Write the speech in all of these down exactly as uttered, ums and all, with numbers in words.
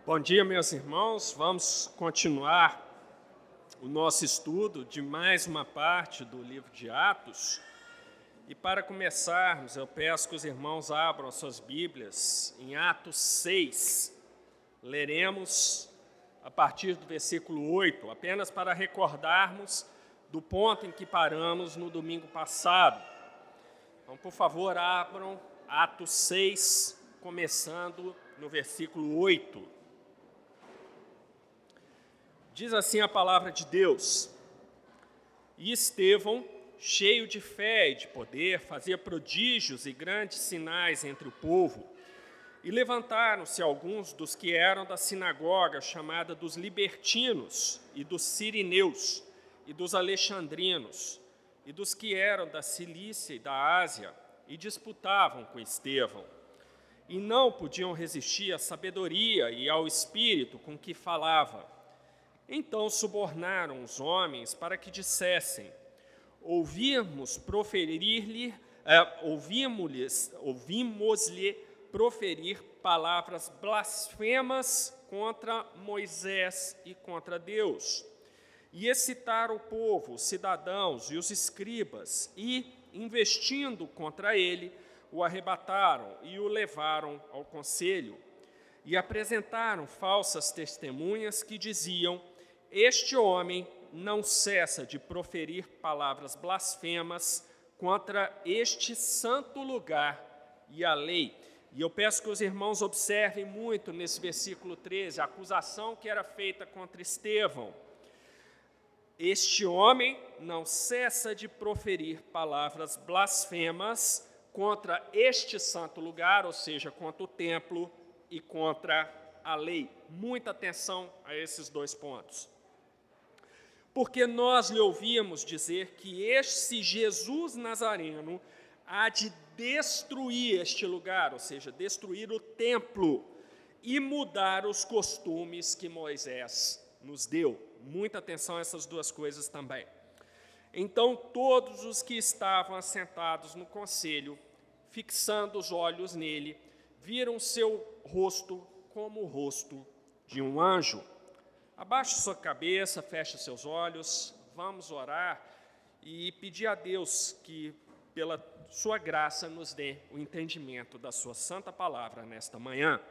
Bom dia, meus irmãos. Vamos continuar o nosso estudo de mais uma parte do livro de Atos. E para começarmos, eu peço que os irmãos abram as suas Bíblias em Atos seis. Leremos a partir do versículo oito, apenas para recordarmos do ponto em que paramos no domingo passado. Então, por favor, abram Atos seis, começando no versículo oito. Diz assim a palavra de Deus: E Estevão, cheio de fé e de poder, fazia prodígios e grandes sinais entre o povo. E levantaram-se alguns dos que eram da sinagoga chamada dos libertinos, e dos sirineus, e dos alexandrinos, e dos que eram da Cilícia e da Ásia, e disputavam com Estevão. E não podiam resistir à sabedoria e ao espírito com que falava. Então subornaram os homens para que dissessem: Ouvimos proferir-lhe, eh, ouvimos-lhes, ouvimos-lhe proferir palavras blasfemas contra Moisés e contra Deus. E excitaram o povo, os cidadãos e os escribas, e, investindo contra ele, o arrebataram e o levaram ao conselho. E apresentaram falsas testemunhas que diziam: Este homem não cessa de proferir palavras blasfemas contra este santo lugar e a lei. E eu peço que os irmãos observem muito nesse versículo treze, a acusação que era feita contra Estevão. Este homem não cessa de proferir palavras blasfemas contra este santo lugar, ou seja, contra o templo e contra a lei. Muita atenção a esses dois pontos. Porque nós lhe ouvíamos dizer que este Jesus Nazareno há de destruir este lugar, ou seja, destruir o templo e mudar os costumes que Moisés nos deu. Muita atenção a essas duas coisas também. Então todos os que estavam assentados no conselho, fixando os olhos nele, viram seu rosto como o rosto de um anjo. Abaixe sua cabeça, feche seus olhos, vamos orar e pedir a Deus que, pela sua graça, nos dê o entendimento da sua santa palavra nesta manhã.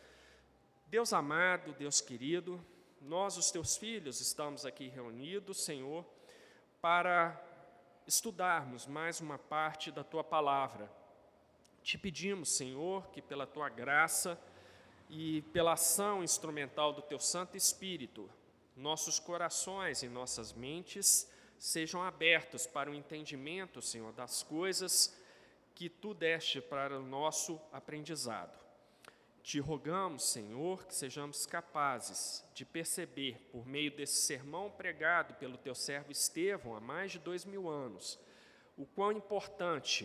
Deus amado, Deus querido, nós, os teus filhos, estamos aqui reunidos, Senhor, para estudarmos mais uma parte da tua palavra. Te pedimos, Senhor, que pela tua graça e pela ação instrumental do teu Santo Espírito, nossos corações e nossas mentes sejam abertos para o entendimento, Senhor, das coisas que tu deste para o nosso aprendizado. Te rogamos, Senhor, que sejamos capazes de perceber, por meio desse sermão pregado pelo teu servo Estevão há mais de dois mil anos, o quão importante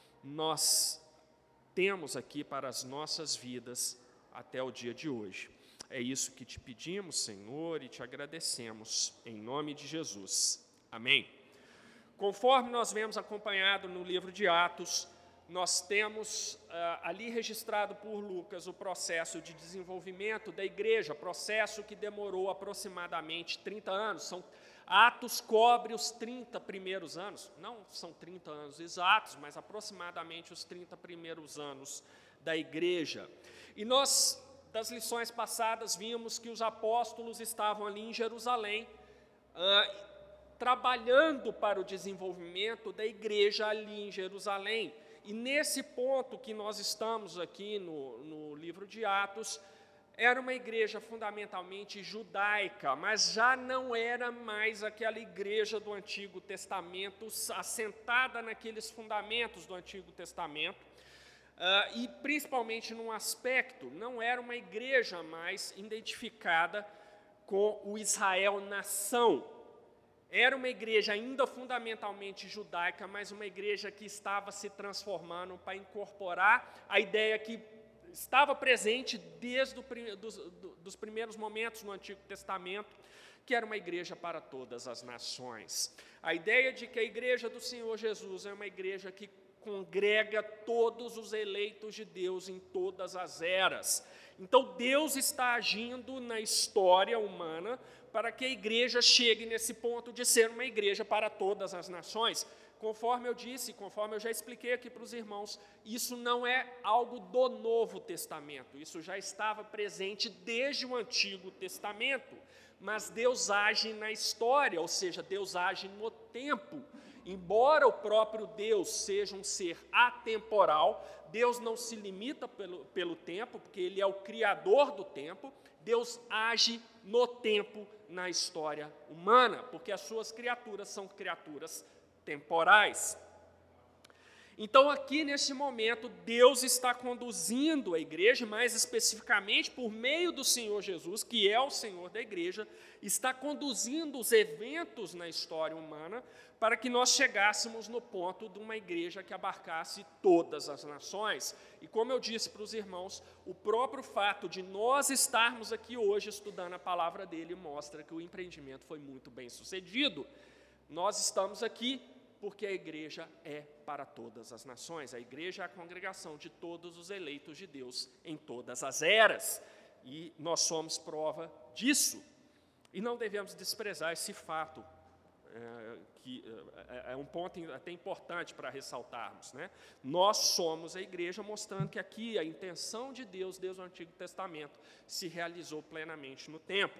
nós temos aqui para as nossas vidas até o dia de hoje. É isso que te pedimos, Senhor, e te agradecemos, em nome de Jesus. Amém. Conforme nós vemos acompanhado no livro de Atos, nós temos ah, ali registrado por Lucas o processo de desenvolvimento da igreja, processo que demorou aproximadamente trinta anos. São, Atos cobre os trinta primeiros anos, não são trinta anos exatos, mas aproximadamente os trinta primeiros anos da igreja. E nós, das lições passadas, vimos que os apóstolos estavam ali em Jerusalém, ah, trabalhando para o desenvolvimento da igreja ali em Jerusalém. E nesse ponto que nós estamos aqui no, no livro de Atos, era uma igreja fundamentalmente judaica, mas já não era mais aquela igreja do Antigo Testamento, assentada naqueles fundamentos do Antigo Testamento, uh, e principalmente num aspecto, não era uma igreja mais identificada com o Israel-nação. Era uma igreja ainda fundamentalmente judaica, mas uma igreja que estava se transformando para incorporar a ideia que estava presente desde os dos, dos primeiros momentos no Antigo Testamento, que era uma igreja para todas as nações. A ideia de que a igreja do Senhor Jesus é uma igreja que congrega todos os eleitos de Deus em todas as eras. Então, Deus está agindo na história humana para que a igreja chegue nesse ponto de ser uma igreja para todas as nações. Conforme eu disse, conforme eu já expliquei aqui para os irmãos, isso não é algo do Novo Testamento, isso já estava presente desde o Antigo Testamento, mas Deus age na história, ou seja, Deus age no tempo. Embora o próprio Deus seja um ser atemporal, Deus não se limita pelo, pelo tempo, porque Ele é o criador do tempo. Deus age no tempo na história humana, porque as suas criaturas são criaturas temporais. Então, aqui neste momento, Deus está conduzindo a igreja, mais especificamente por meio do Senhor Jesus, que é o Senhor da igreja, está conduzindo os eventos na história humana para que nós chegássemos no ponto de uma igreja que abarcasse todas as nações. E como eu disse para os irmãos, o próprio fato de nós estarmos aqui hoje estudando a palavra dele mostra que o empreendimento foi muito bem sucedido. Nós estamos aqui porque a igreja é para todas as nações. A igreja é a congregação de todos os eleitos de Deus em todas as eras. E nós somos prova disso. E não devemos desprezar esse fato, é, que é, é um ponto até importante para ressaltarmos, né? Nós somos a igreja, mostrando que aqui a intenção de Deus, desde o Antigo Testamento, se realizou plenamente no tempo.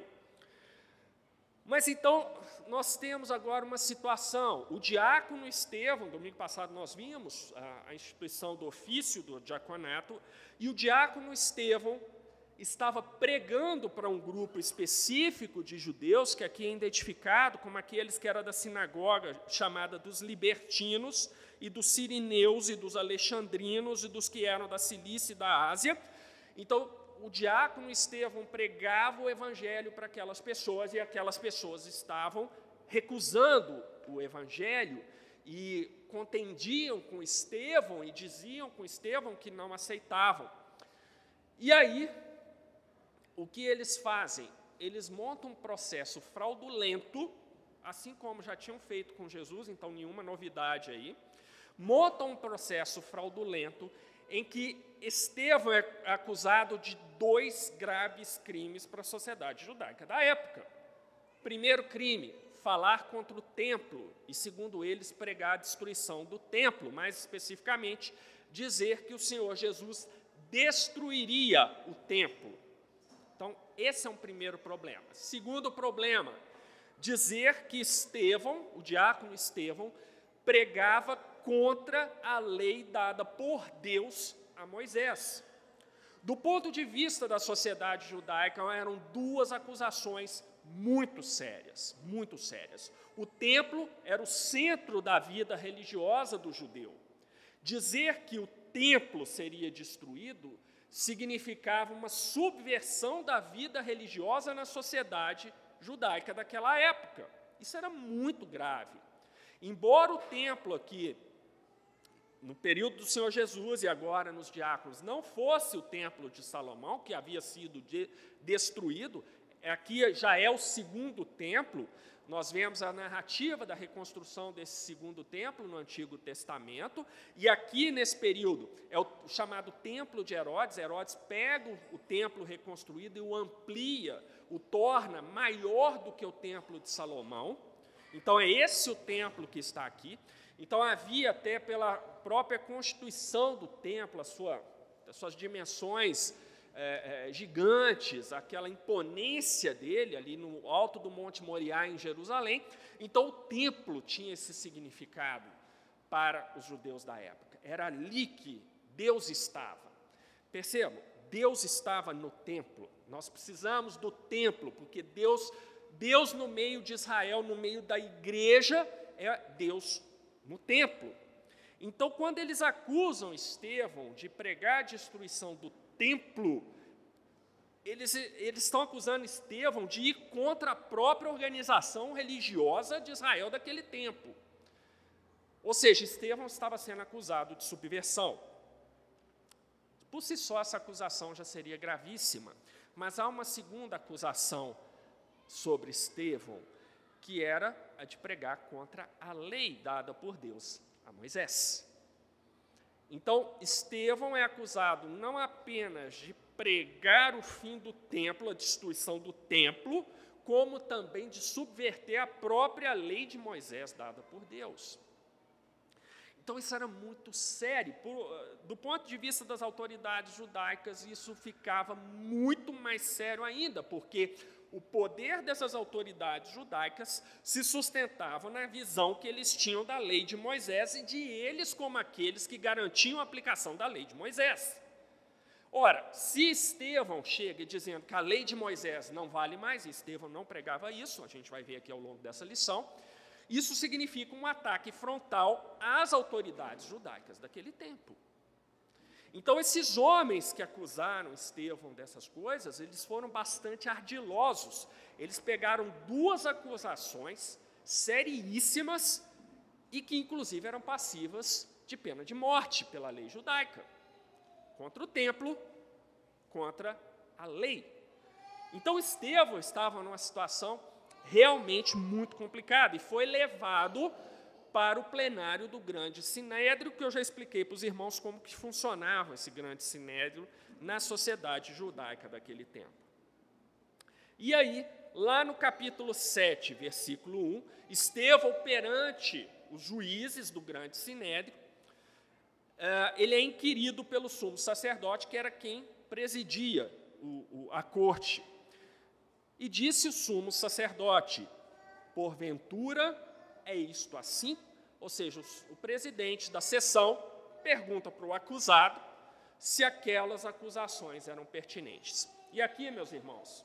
Mas então, nós temos agora uma situação. O diácono Estevão, domingo passado nós vimos a, a instituição do ofício do diaconato, e o diácono Estevão estava pregando para um grupo específico de judeus, que aqui é identificado como aqueles que eram da sinagoga chamada dos libertinos, e dos sirineus, e dos alexandrinos, e dos que eram da Cilícia e da Ásia. Então, o diácono Estevão pregava o evangelho para aquelas pessoas, e aquelas pessoas estavam recusando o evangelho e contendiam com Estevão e diziam com Estevão que não aceitavam. E aí, o que eles fazem? Eles montam um processo fraudulento, assim como já tinham feito com Jesus, então nenhuma novidade aí. Montam um processo fraudulento em que Estevão é acusado de dois graves crimes para a sociedade judaica da época. Primeiro crime, falar contra o templo, e segundo eles, pregar a destruição do templo, mais especificamente, dizer que o Senhor Jesus destruiria o templo. Então, esse é um primeiro problema. Segundo problema, dizer que Estevão, o diácono Estevão, pregava contra a lei dada por Deus a Moisés. Do ponto de vista da sociedade judaica, eram duas acusações muito sérias, muito sérias. O templo era o centro da vida religiosa do judeu. Dizer que o templo seria destruído significava uma subversão da vida religiosa na sociedade judaica daquela época. Isso era muito grave. Embora o templo aqui, no período do Senhor Jesus e agora nos diáconos, não fosse o templo de Salomão, que havia sido de, destruído, aqui já é o segundo templo. Nós vemos a narrativa da reconstrução desse segundo templo no Antigo Testamento, e aqui nesse período é o chamado Templo de Herodes. Herodes pega o templo reconstruído e o amplia, o torna maior do que o templo de Salomão. Então é esse o templo que está aqui. Então havia até pela própria constituição do templo, a sua, as suas dimensões é, é, gigantes, aquela imponência dele ali no alto do Monte Moriá em Jerusalém. Então o templo tinha esse significado para os judeus da época. Era ali que Deus estava. Percebam, Deus estava no templo. Nós precisamos do templo, porque Deus, Deus no meio de Israel, no meio da igreja, é Deus no templo. Então, quando eles acusam Estevão de pregar a destruição do templo, eles, eles estão acusando Estevão de ir contra a própria organização religiosa de Israel daquele tempo. Ou seja, Estevão estava sendo acusado de subversão. Por si só, essa acusação já seria gravíssima, mas há uma segunda acusação sobre Estevão, que era a de pregar contra a lei dada por Deus a Moisés. Então, Estevão é acusado não apenas de pregar o fim do templo, a destruição do templo, como também de subverter a própria lei de Moisés dada por Deus. Então, isso era muito sério. Por, do ponto de vista das autoridades judaicas, isso ficava muito mais sério ainda, porque o poder dessas autoridades judaicas se sustentava na visão que eles tinham da lei de Moisés e de eles como aqueles que garantiam a aplicação da lei de Moisés. Ora, se Estevão chega dizendo que a lei de Moisés não vale mais, e Estevão não pregava isso, a gente vai ver aqui ao longo dessa lição, isso significa um ataque frontal às autoridades judaicas daquele tempo. Então, esses homens que acusaram Estevão dessas coisas, eles foram bastante ardilosos. Eles pegaram duas acusações seríssimas e que, inclusive, eram passivas de pena de morte pela lei judaica. Contra o templo, contra a lei. Então, Estevão estava numa situação realmente muito complicada e foi levado para o plenário do grande sinédrio, que eu já expliquei para os irmãos como que funcionava esse grande sinédrio na sociedade judaica daquele tempo. E aí, lá no capítulo sete, versículo um, Estevão, perante os juízes do grande sinédrio, ele é inquirido pelo sumo sacerdote, que era quem presidia a corte. E disse o sumo sacerdote: porventura é isto assim? Ou seja, o presidente da sessão pergunta para o acusado se aquelas acusações eram pertinentes. E aqui, meus irmãos,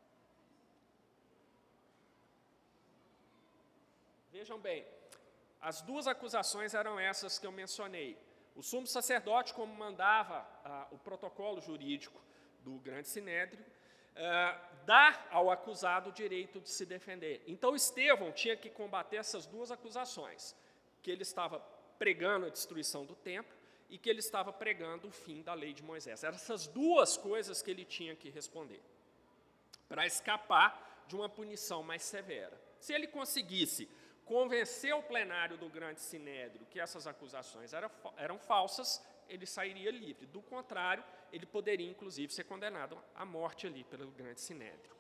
vejam bem, as duas acusações eram essas que eu mencionei. O sumo sacerdote, como mandava ah, o protocolo jurídico do grande sinédrio, ah, dá ao acusado o direito de se defender. Então, Estevão tinha que combater essas duas acusações, que ele estava pregando a destruição do templo e que ele estava pregando o fim da lei de Moisés. Eram essas duas coisas que ele tinha que responder, para escapar de uma punição mais severa. Se ele conseguisse convencer o plenário do grande sinédrio que essas acusações eram, eram falsas, ele sairia livre. Do contrário, ele poderia, inclusive, ser condenado à morte ali pelo grande sinédrio.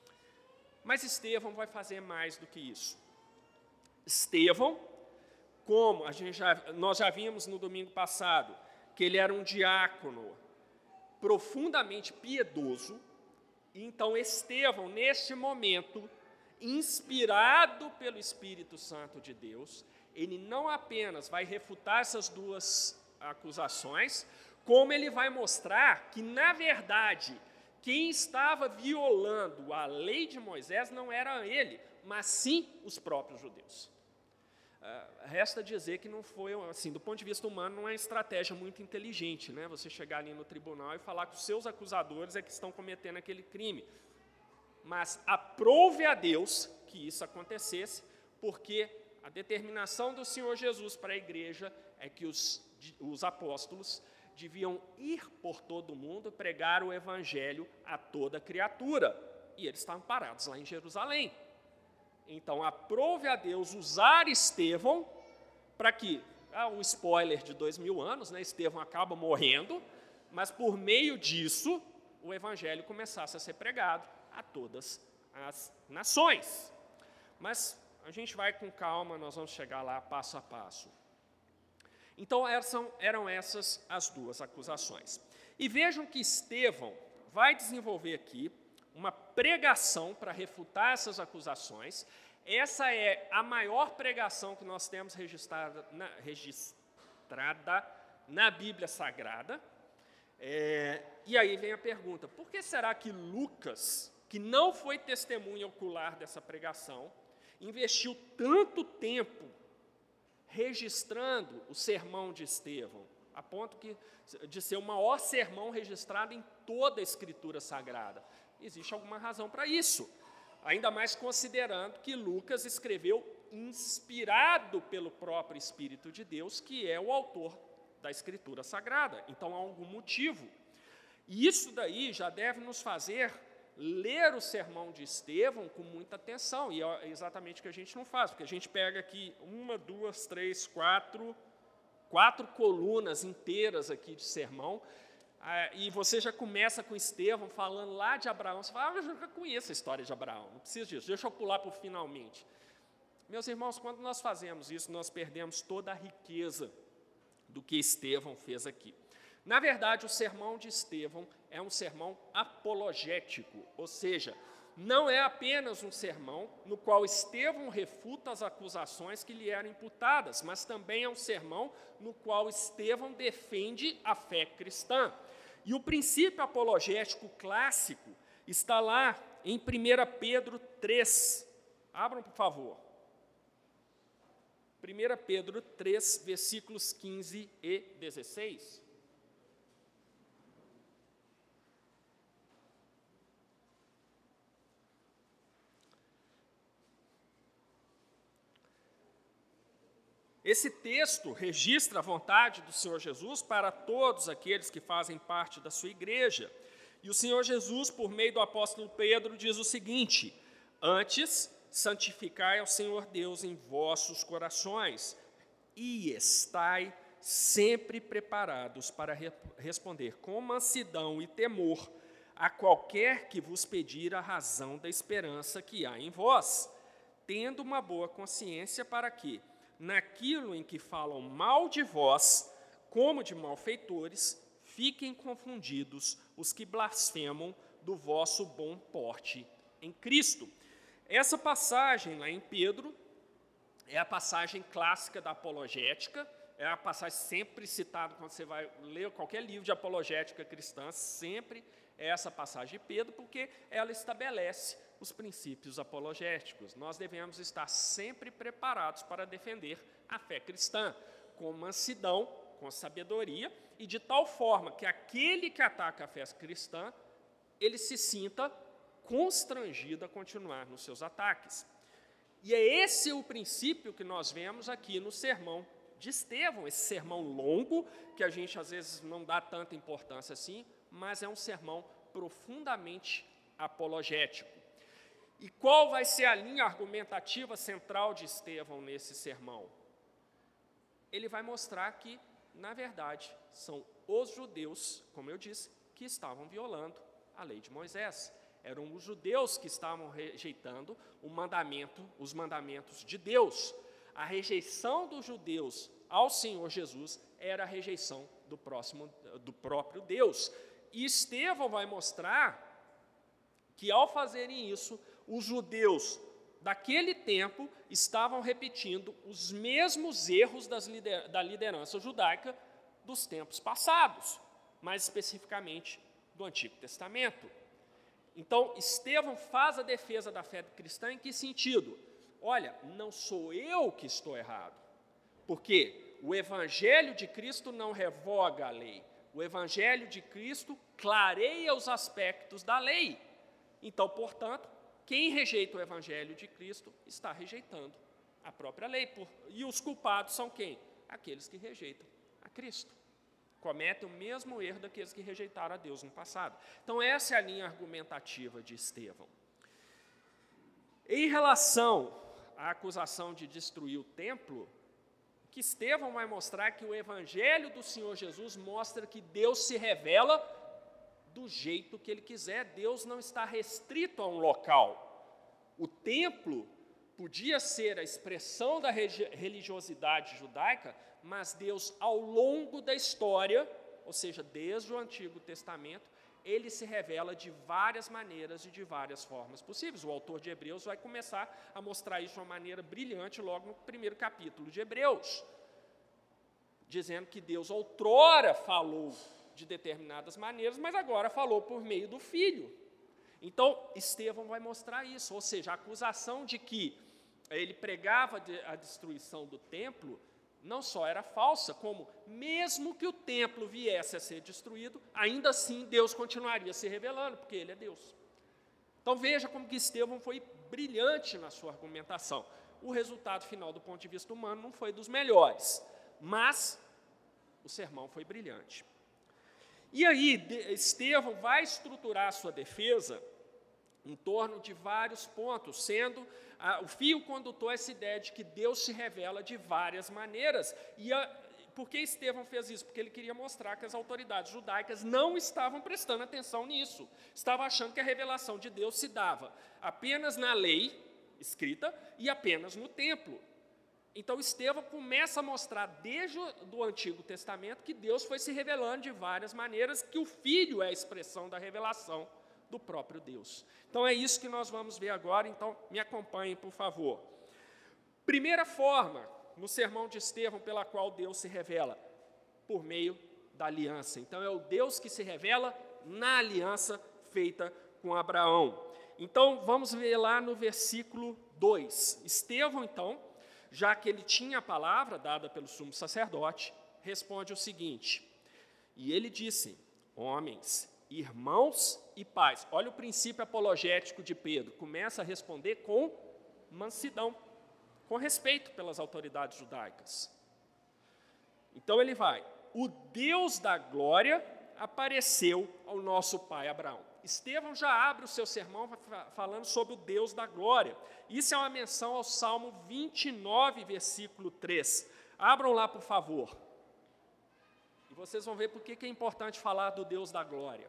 Mas Estevão vai fazer mais do que isso. Estevão, como a gente já, nós já vimos no domingo passado, que ele era um diácono profundamente piedoso, então Estevão, neste momento, inspirado pelo Espírito Santo de Deus, ele não apenas vai refutar essas duas acusações, como ele vai mostrar que, na verdade, quem estava violando a lei de Moisés não era ele, mas sim os próprios judeus. Uh, resta dizer que não foi, assim, do ponto de vista humano, não é uma estratégia muito inteligente, né? Você chegar ali no tribunal e falar que os seus acusadores é que estão cometendo aquele crime. Mas aprove a Deus que isso acontecesse, porque a determinação do Senhor Jesus para a igreja é que os, os apóstolos deviam ir por todo o mundo pregar o evangelho a toda criatura. E eles estavam parados lá em Jerusalém. Então, aprove a Deus usar Estevão para que, ah, um spoiler de dois mil anos, né, Estevão acaba morrendo, mas por meio disso o evangelho começasse a ser pregado a todas as nações. Mas a gente vai com calma, nós vamos chegar lá passo a passo. Então, eram essas as duas acusações. E vejam que Estevão vai desenvolver aqui uma pregação para refutar essas acusações. Essa é a maior pregação que nós temos registrada na, registrada na Bíblia Sagrada. É, e aí vem a pergunta: por que será que Lucas, que não foi testemunha ocular dessa pregação, investiu tanto tempo registrando o sermão de Estevão, a ponto que, de ser o maior sermão registrado em toda a Escritura Sagrada? Existe alguma razão para isso, ainda mais considerando que Lucas escreveu inspirado pelo próprio Espírito de Deus, que é o autor da Escritura Sagrada. Então, há algum motivo. E isso daí já deve nos fazer ler o sermão de Estevão com muita atenção, e é exatamente o que a gente não faz, porque a gente pega aqui uma, duas, três, quatro, quatro colunas inteiras aqui de sermão, ah, e você já começa com Estevão falando lá de Abraão. Você fala, ah, eu já conheço a história de Abraão, não preciso disso, deixa eu pular para o finalmente. Meus irmãos, quando nós fazemos isso, nós perdemos toda a riqueza do que Estevão fez aqui. Na verdade, o sermão de Estevão é um sermão apologético, ou seja, não é apenas um sermão no qual Estevão refuta as acusações que lhe eram imputadas, mas também é um sermão no qual Estevão defende a fé cristã. E o princípio apologético clássico está lá em primeira Pedro três. Abram, por favor. primeira Pedro três, versículos quinze e dezesseis. Esse texto registra a vontade do Senhor Jesus para todos aqueles que fazem parte da sua igreja. E o Senhor Jesus, por meio do apóstolo Pedro, diz o seguinte: antes, santificai ao Senhor Deus em vossos corações, e estai sempre preparados para re- responder com mansidão e temor a qualquer que vos pedir a razão da esperança que há em vós, tendo uma boa consciência para que, naquilo em que falam mal de vós, como de malfeitores, fiquem confundidos os que blasfemam do vosso bom porte em Cristo. Essa passagem lá em Pedro é a passagem clássica da apologética, é a passagem sempre citada quando você vai ler qualquer livro de apologética cristã, sempre é essa passagem de Pedro, porque ela estabelece os princípios apologéticos. Nós devemos estar sempre preparados para defender a fé cristã, com mansidão, com sabedoria, e de tal forma que aquele que ataca a fé cristã, ele se sinta constrangido a continuar nos seus ataques. E é esse o princípio que nós vemos aqui no sermão de Estevão, esse sermão longo, que a gente às vezes não dá tanta importância assim, mas é um sermão profundamente apologético. E qual vai ser a linha argumentativa central de Estevão nesse sermão? Ele vai mostrar que, na verdade, são os judeus, como eu disse, que estavam violando a lei de Moisés. Eram os judeus que estavam rejeitando o mandamento, os mandamentos de Deus. A rejeição dos judeus ao Senhor Jesus era a rejeição do, próximo, do próprio Deus. E Estevão vai mostrar que, ao fazerem isso, os judeus daquele tempo estavam repetindo os mesmos erros das lider- da liderança judaica dos tempos passados, mais especificamente do Antigo Testamento. Então, Estevão faz a defesa da fé cristã em que sentido? Olha, não sou eu que estou errado, porque o Evangelho de Cristo não revoga a lei, o Evangelho de Cristo clareia os aspectos da lei. Então, portanto, quem rejeita o Evangelho de Cristo está rejeitando a própria lei. E os culpados são quem? Aqueles que rejeitam a Cristo. Cometem o mesmo erro daqueles que rejeitaram a Deus no passado. Então, essa é a linha argumentativa de Estevão. Em relação à acusação de destruir o templo, que Estevão vai mostrar que o Evangelho do Senhor Jesus mostra que Deus se revela do jeito que Ele quiser. Deus não está restrito a um local. O templo podia ser a expressão da religiosidade judaica, mas Deus, ao longo da história, ou seja, desde o Antigo Testamento, Ele se revela de várias maneiras e de várias formas possíveis. O autor de Hebreus vai começar a mostrar isso de uma maneira brilhante logo no primeiro capítulo de Hebreus, dizendo que Deus outrora falou de determinadas maneiras, mas agora falou por meio do Filho. Então, Estevão vai mostrar isso, ou seja, a acusação de que ele pregava a destruição do templo não só era falsa, como mesmo que o templo viesse a ser destruído, ainda assim Deus continuaria se revelando, porque Ele é Deus. Então veja como que Estevão foi brilhante na sua argumentação. O resultado final, do ponto de vista humano, não foi dos melhores, mas o sermão foi brilhante. E aí, Estevão vai estruturar a sua defesa em torno de vários pontos, sendo ah, o fio condutor essa ideia de que Deus se revela de várias maneiras, e a, por que Estevão fez isso? Porque ele queria mostrar que as autoridades judaicas não estavam prestando atenção nisso. Estavam achando que a revelação de Deus se dava apenas na lei escrita e apenas no templo. Então, Estevão começa a mostrar desde o Antigo Testamento que Deus foi se revelando de várias maneiras, que o Filho é a expressão da revelação do próprio Deus. Então, é isso que nós vamos ver agora. Então, me acompanhem, por favor. Primeira forma, no sermão de Estevão, pela qual Deus se revela, por meio da aliança. Então, é o Deus que se revela na aliança feita com Abraão. Então, vamos ver lá no versículo dois. Estevão, então, já que ele tinha a palavra dada pelo sumo sacerdote, responde o seguinte: e ele disse, homens, irmãos e pais. Olha o princípio apologético de Pedro, começa a responder com mansidão, com respeito pelas autoridades judaicas. Então ele vai, o Deus da glória apareceu ao nosso pai Abraão. Estevão já abre o seu sermão falando sobre o Deus da glória. Isso é uma menção ao Salmo vinte e nove, versículo três. Abram lá, por favor. E vocês vão ver por que é importante falar do Deus da glória.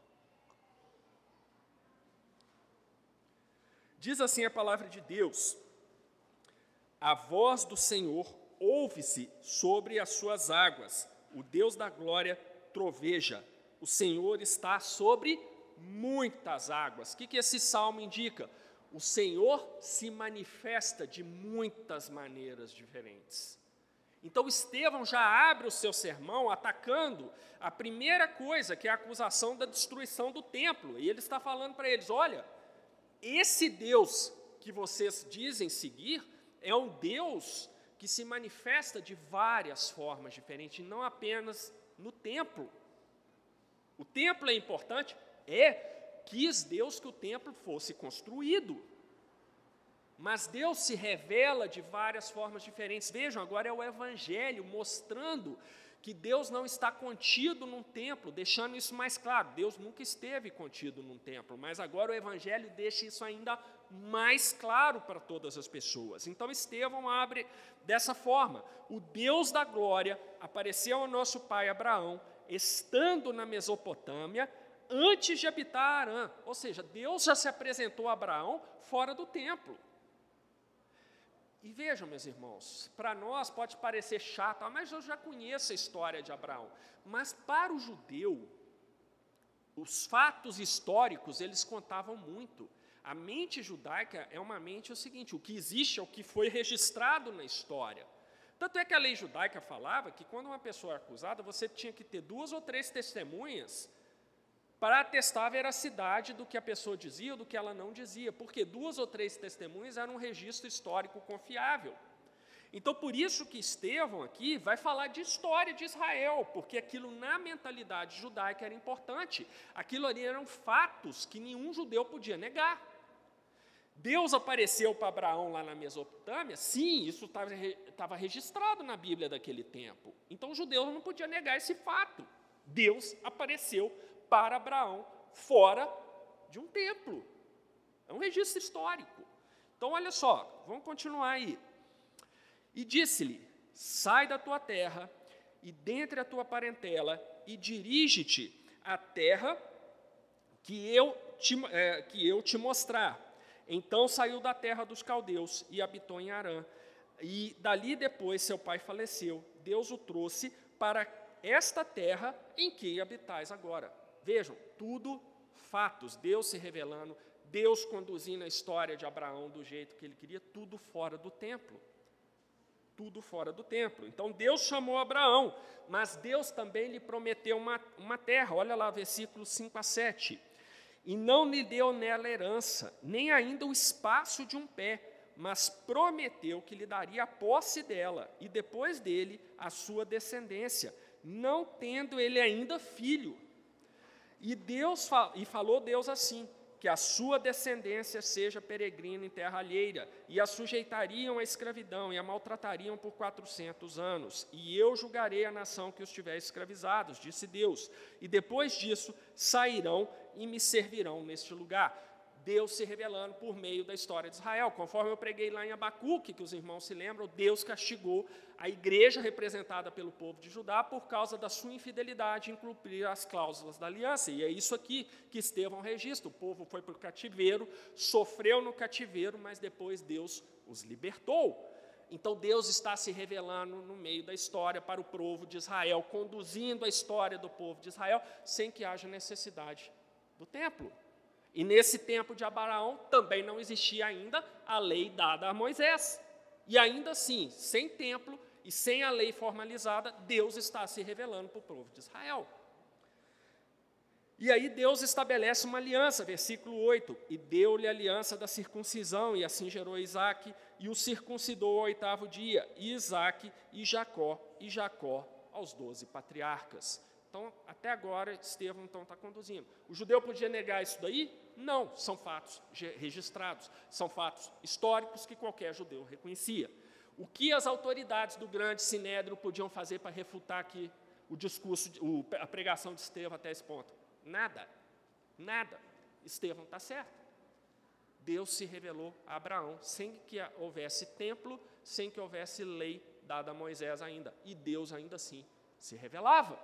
Diz assim a palavra de Deus: a voz do Senhor ouve-se sobre as suas águas, o Deus da glória troveja, o Senhor está sobre muitas águas. O que, que esse salmo indica? O Senhor se manifesta de muitas maneiras diferentes. Então, Estevão já abre o seu sermão atacando a primeira coisa, que é a acusação da destruição do templo. E ele está falando para eles, olha, esse Deus que vocês dizem seguir é um Deus que se manifesta de várias formas diferentes, não apenas no templo. O templo é importante? É, quis Deus que o templo fosse construído. Mas Deus se revela de várias formas diferentes. Vejam, agora é o Evangelho mostrando que Deus não está contido num templo, deixando isso mais claro. Deus nunca esteve contido num templo, mas agora o Evangelho deixa isso ainda mais claro para todas as pessoas. Então, Estevão abre dessa forma: o Deus da glória apareceu ao nosso pai Abraão, estando na Mesopotâmia, antes de habitar Harã. Ou seja, Deus já se apresentou a Abraão fora do templo. E vejam, meus irmãos, para nós pode parecer chato, ah, mas eu já conheço a história de Abraão. Mas para o judeu, os fatos históricos, eles contavam muito. A mente judaica é uma mente, é o seguinte, o que existe é o que foi registrado na história. Tanto é que a lei judaica falava que quando uma pessoa era acusada, você tinha que ter duas ou três testemunhas para atestar a veracidade do que a pessoa dizia ou do que ela não dizia, porque duas ou três testemunhas eram um registro histórico confiável. Então, por isso que Estevão aqui vai falar de história de Israel, porque aquilo na mentalidade judaica era importante. Aquilo ali eram fatos que nenhum judeu podia negar. Deus apareceu para Abraão lá na Mesopotâmia? Sim, isso estava registrado na Bíblia daquele tempo. Então, os judeus não podiam negar esse fato. Deus apareceu para Abraão fora de um templo. É um registro histórico. Então, olha só, vamos continuar aí. E disse-lhe, sai da tua terra e dentre a tua parentela e dirige-te à terra que eu, te, é, que eu te mostrar. Então saiu da terra dos caldeus e habitou em Harã. E dali depois seu pai faleceu. Deus o trouxe para esta terra em que habitais agora. Vejam, tudo fatos, Deus se revelando, Deus conduzindo a história de Abraão do jeito que ele queria, tudo fora do templo. Tudo fora do templo. Então, Deus chamou Abraão, mas Deus também lhe prometeu uma, uma terra. Olha lá, versículos cinco a sete. E não lhe deu nela herança, nem ainda o espaço de um pé, mas prometeu que lhe daria a posse dela, e depois dele a sua descendência, não tendo ele ainda filho. E, Deus, e falou Deus assim, que a sua descendência seja peregrina em terra alheia, e a sujeitariam à escravidão, e a maltratariam por quatrocentos anos, e eu julgarei a nação que os tiver escravizados, disse Deus, e depois disso sairão e me servirão neste lugar. Deus se revelando por meio da história de Israel. Conforme eu preguei lá em Abacuque, que os irmãos se lembram, Deus castigou a igreja representada pelo povo de Judá por causa da sua infidelidade em cumprir as cláusulas da aliança. E é isso aqui que Estevão registra. O povo foi para o cativeiro, sofreu no cativeiro, mas depois Deus os libertou. Então Deus está se revelando no meio da história para o povo de Israel, conduzindo a história do povo de Israel sem que haja necessidade do templo. E nesse tempo de Abraão também não existia ainda a lei dada a Moisés. E ainda assim, sem templo e sem a lei formalizada, Deus está se revelando para o povo de Israel. E aí Deus estabelece uma aliança, versículo oito, e deu-lhe a aliança da circuncisão, e assim gerou Isaque, e o circuncidou ao oitavo dia, e Isaque, e Jacó, e Jacó aos doze patriarcas. Então, até agora, Estevão então está conduzindo. O judeu podia negar isso daí? Não, são fatos registrados, são fatos históricos que qualquer judeu reconhecia. O que as autoridades do grande sinédrio podiam fazer para refutar aqui o discurso, a pregação de Estevão até esse ponto? Nada, nada. Estevão está certo. Deus se revelou a Abraão sem que houvesse templo, sem que houvesse lei dada a Moisés ainda. E Deus ainda assim se revelava.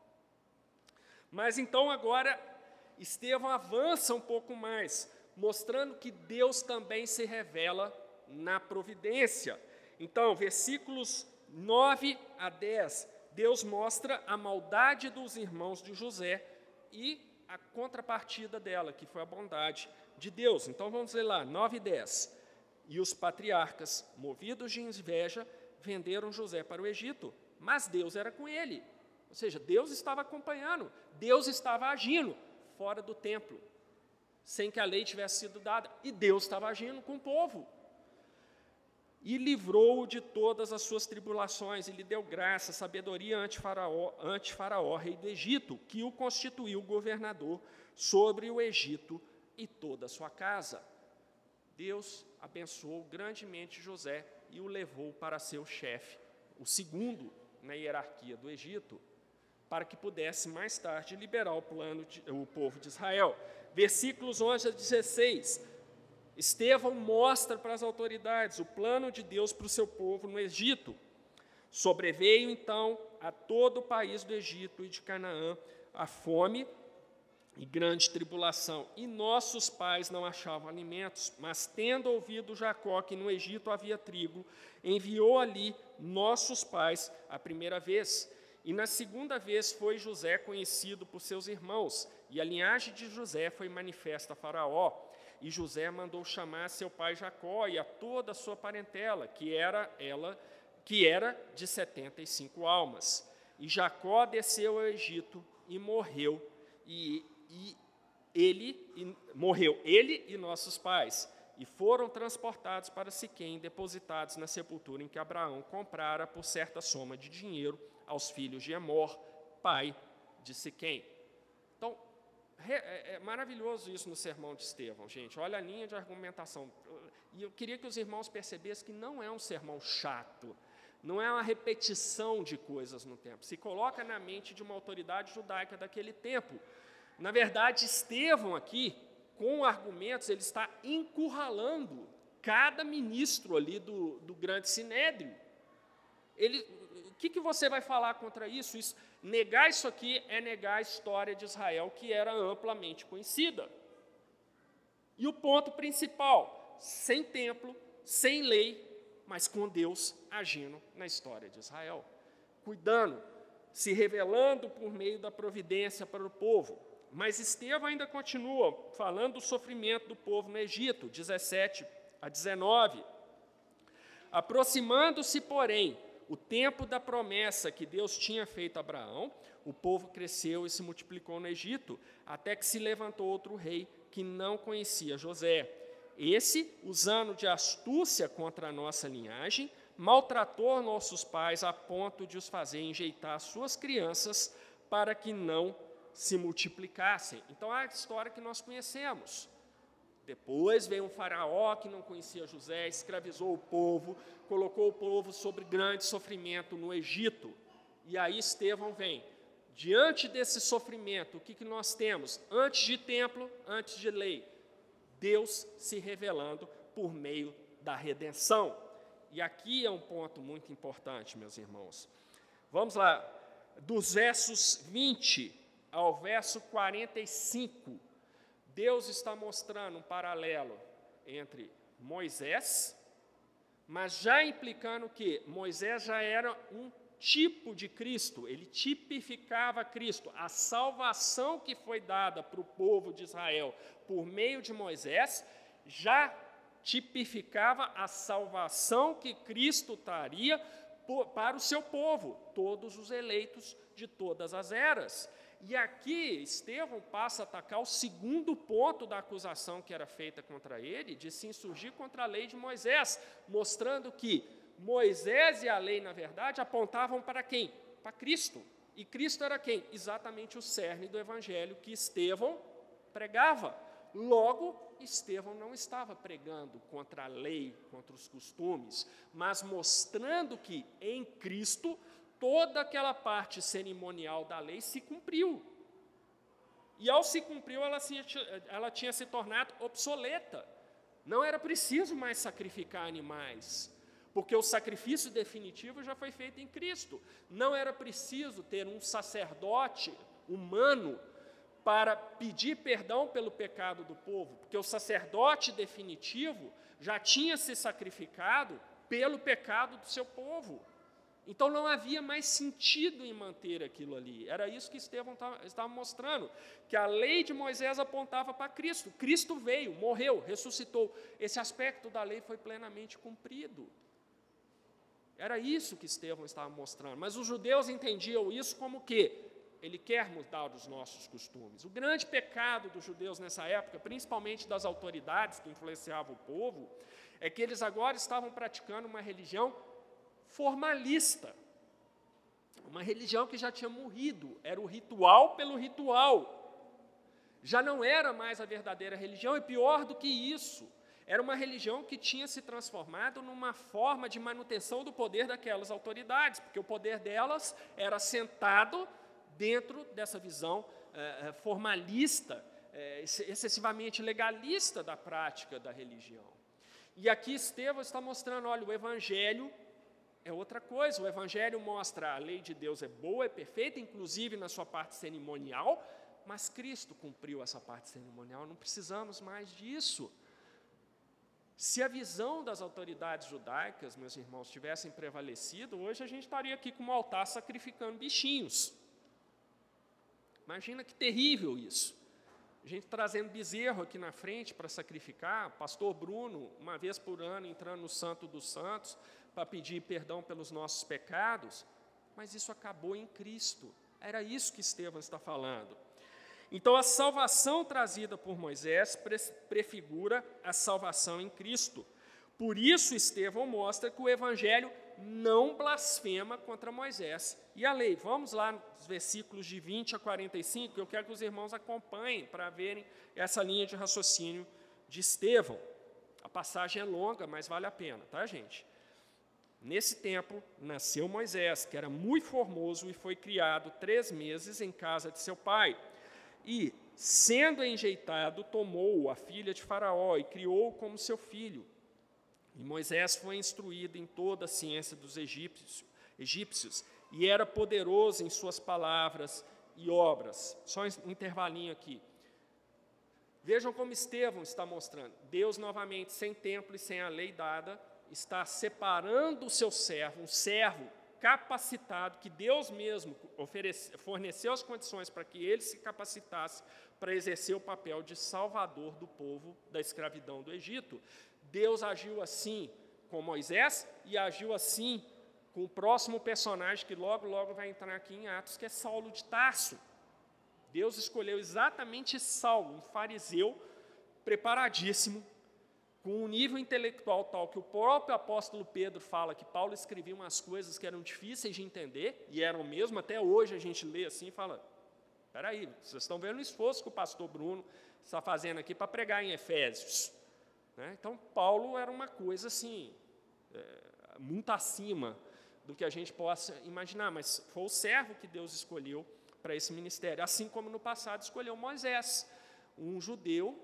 Mas então agora Estevão avança um pouco mais, mostrando que Deus também se revela na providência. Então, versículos nove a dez, Deus mostra a maldade dos irmãos de José e a contrapartida dela, que foi a bondade de Deus. Então, vamos ler lá, nove e dez. E os patriarcas, movidos de inveja, venderam José para o Egito, mas Deus era com ele. Ou seja, Deus estava acompanhando, Deus estava agindo fora do templo, sem que a lei tivesse sido dada, e Deus estava agindo com o povo. E livrou-o de todas as suas tribulações, e lhe deu graça, sabedoria ante Faraó, ante Faraó, rei do Egito, que o constituiu governador sobre o Egito e toda a sua casa. Deus abençoou grandemente José e o levou para ser o chefe, o segundo na hierarquia do Egito, para que pudesse mais tarde liberar o, plano de, o povo de Israel. Versículos onze a dezesseis. Estevão mostra para as autoridades o plano de Deus para o seu povo no Egito. Sobreveio, então, a todo o país do Egito e de Canaã a fome e grande tribulação, e nossos pais não achavam alimentos, mas, tendo ouvido Jacó que no Egito havia trigo, enviou ali nossos pais a primeira vez. E na segunda vez foi José conhecido por seus irmãos, e a linhagem de José foi manifesta a Faraó. E José mandou chamar seu pai Jacó e a toda a sua parentela, que era ela, que era de setenta e cinco almas. E Jacó desceu ao Egito e morreu, e, e ele e, morreu ele e nossos pais, e foram transportados para Siquém, depositados na sepultura em que Abraão comprara por certa soma de dinheiro aos filhos de Emor, pai de Siquém. Então, é, é maravilhoso isso no sermão de Estevão, gente. Olha a linha de argumentação. E eu queria que os irmãos percebessem que não é um sermão chato, não é uma repetição de coisas no tempo. Se coloca na mente de uma autoridade judaica daquele tempo. Na verdade, Estevão aqui, com argumentos, ele está encurralando cada ministro ali do, do grande sinédrio. Ele, o que, que você vai falar contra isso? isso? Negar isso aqui é negar a história de Israel, que era amplamente conhecida. E o ponto principal, sem templo, sem lei, mas com Deus agindo na história de Israel, cuidando, se revelando por meio da providência para o povo. Mas Estevão ainda continua falando do sofrimento do povo no Egito, dezessete a dezenove. Aproximando-se, porém, o tempo da promessa que Deus tinha feito a Abraão, o povo cresceu e se multiplicou no Egito, até que se levantou outro rei que não conhecia José. Esse, usando de astúcia contra a nossa linhagem, maltratou nossos pais a ponto de os fazer enjeitar suas crianças para que não se multiplicassem. Então, é a história que nós conhecemos. Depois veio um faraó que não conhecia José, escravizou o povo, colocou o povo sobre grande sofrimento no Egito. E aí Estevão vem. Diante desse sofrimento, o que, que nós temos? Antes de templo, antes de lei. Deus se revelando por meio da redenção. E aqui é um ponto muito importante, meus irmãos. Vamos lá, dos versos vinte ao verso quarenta e cinco, Deus está mostrando um paralelo entre Moisés, mas já implicando que Moisés já era um tipo de Cristo, ele tipificava Cristo. A salvação que foi dada para o povo de Israel por meio de Moisés já tipificava a salvação que Cristo traria para o seu povo, todos os eleitos de todas as eras. E aqui Estevão passa a atacar o segundo ponto da acusação que era feita contra ele, de se insurgir contra a lei de Moisés, mostrando que Moisés e a lei, na verdade, apontavam para quem? Para Cristo. E Cristo era quem? Exatamente o cerne do evangelho que Estevão pregava. Logo, Estevão não estava pregando contra a lei, contra os costumes, mas mostrando que em Cristo toda aquela parte cerimonial da lei se cumpriu. E ao se cumpriu, ela, se, ela tinha se tornado obsoleta. Não era preciso mais sacrificar animais, porque o sacrifício definitivo já foi feito em Cristo. Não era preciso ter um sacerdote humano para pedir perdão pelo pecado do povo, porque o sacerdote definitivo já tinha se sacrificado pelo pecado do seu povo. Então não havia mais sentido em manter aquilo ali. Era isso que Estevão estava mostrando, que a lei de Moisés apontava para Cristo. Cristo veio, morreu, ressuscitou. Esse aspecto da lei foi plenamente cumprido. Era isso que Estevão estava mostrando. Mas os judeus entendiam isso como o quê? Ele quer mudar os nossos costumes. O grande pecado dos judeus nessa época, principalmente das autoridades que influenciavam o povo, é que eles agora estavam praticando uma religião formalista. Uma religião que já tinha morrido. Era o ritual pelo ritual. Já não era mais a verdadeira religião, e pior do que isso, era uma religião que tinha se transformado numa forma de manutenção do poder daquelas autoridades, porque o poder delas era assentado dentro dessa visão eh, formalista, eh, excessivamente legalista da prática da religião. E aqui Estevão está mostrando, olha, o Evangelho é outra coisa. O Evangelho mostra a lei de Deus é boa, é perfeita, inclusive na sua parte cerimonial, mas Cristo cumpriu essa parte cerimonial, não precisamos mais disso. Se a visão das autoridades judaicas, meus irmãos, tivessem prevalecido, hoje a gente estaria aqui com um altar sacrificando bichinhos. Imagina que terrível isso. A gente trazendo bezerro aqui na frente para sacrificar, pastor Bruno, uma vez por ano, entrando no Santo dos Santos, para pedir perdão pelos nossos pecados, mas isso acabou em Cristo. Era isso que Estevão está falando. Então, a salvação trazida por Moisés prefigura a salvação em Cristo. Por isso, Estevão mostra que o Evangelho não blasfema contra Moisés e a lei. Vamos lá nos versículos de vinte a quarenta e cinco, que eu quero que os irmãos acompanhem para verem essa linha de raciocínio de Estevão. A passagem é longa, mas vale a pena, tá, gente? Nesse tempo, nasceu Moisés, que era muito formoso e foi criado três meses em casa de seu pai. E, sendo enjeitado, tomou a filha de Faraó e criou-o como seu filho. E Moisés foi instruído em toda a ciência dos egípcios, egípcios e era poderoso em suas palavras e obras. Só um intervalinho aqui. Vejam como Estevão está mostrando. Deus, novamente, sem templo e sem a lei dada, está separando o seu servo, um servo capacitado, que Deus mesmo oferece, forneceu as condições para que ele se capacitasse para exercer o papel de salvador do povo da escravidão do Egito. Deus agiu assim com Moisés e agiu assim com o próximo personagem que logo, logo vai entrar aqui em Atos, que é Saulo de Tarso. Deus escolheu exatamente Saulo, um fariseu preparadíssimo, com um nível intelectual tal que o próprio apóstolo Pedro fala que Paulo escrevia umas coisas que eram difíceis de entender, e eram mesmo, até hoje a gente lê assim e fala, espera aí, vocês estão vendo o esforço que o pastor Bruno está fazendo aqui para pregar em Efésios. Né? Então, Paulo era uma coisa assim, é, muito acima do que a gente possa imaginar, mas foi o servo que Deus escolheu para esse ministério, assim como no passado escolheu Moisés, um judeu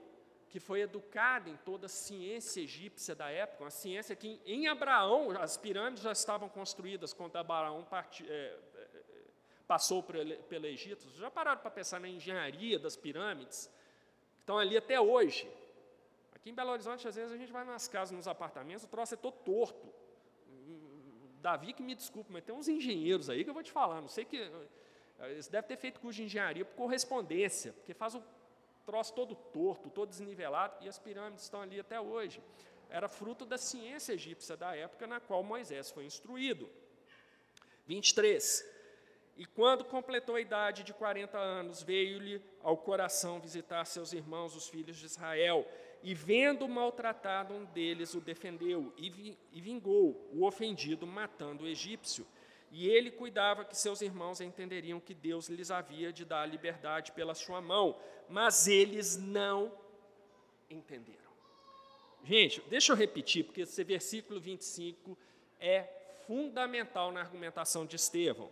que foi educada em toda a ciência egípcia da época, uma ciência que em Abraão, as pirâmides já estavam construídas quando Abraão parti, é, passou pelo, pelo Egito. Vocês já pararam para pensar na engenharia das pirâmides, que estão ali até hoje? Aqui em Belo Horizonte, às vezes, a gente vai nas casas, nos apartamentos, o troço é todo torto. Davi, que me desculpe, mas tem uns engenheiros aí que eu vou te falar, não sei que... Eles devem ter feito curso de engenharia por correspondência, porque faz o troço todo torto, todo desnivelado, e as pirâmides estão ali até hoje. Era fruto da ciência egípcia da época na qual Moisés foi instruído. vinte e três. E quando completou a idade de quarenta anos, veio-lhe ao coração visitar seus irmãos, os filhos de Israel, e vendo maltratado um deles, o defendeu, e, vi, e vingou o ofendido, matando o egípcio. E ele cuidava que seus irmãos entenderiam que Deus lhes havia de dar a liberdade pela sua mão, mas eles não entenderam. Gente, deixa eu repetir, porque esse versículo vinte e cinco é fundamental na argumentação de Estevão.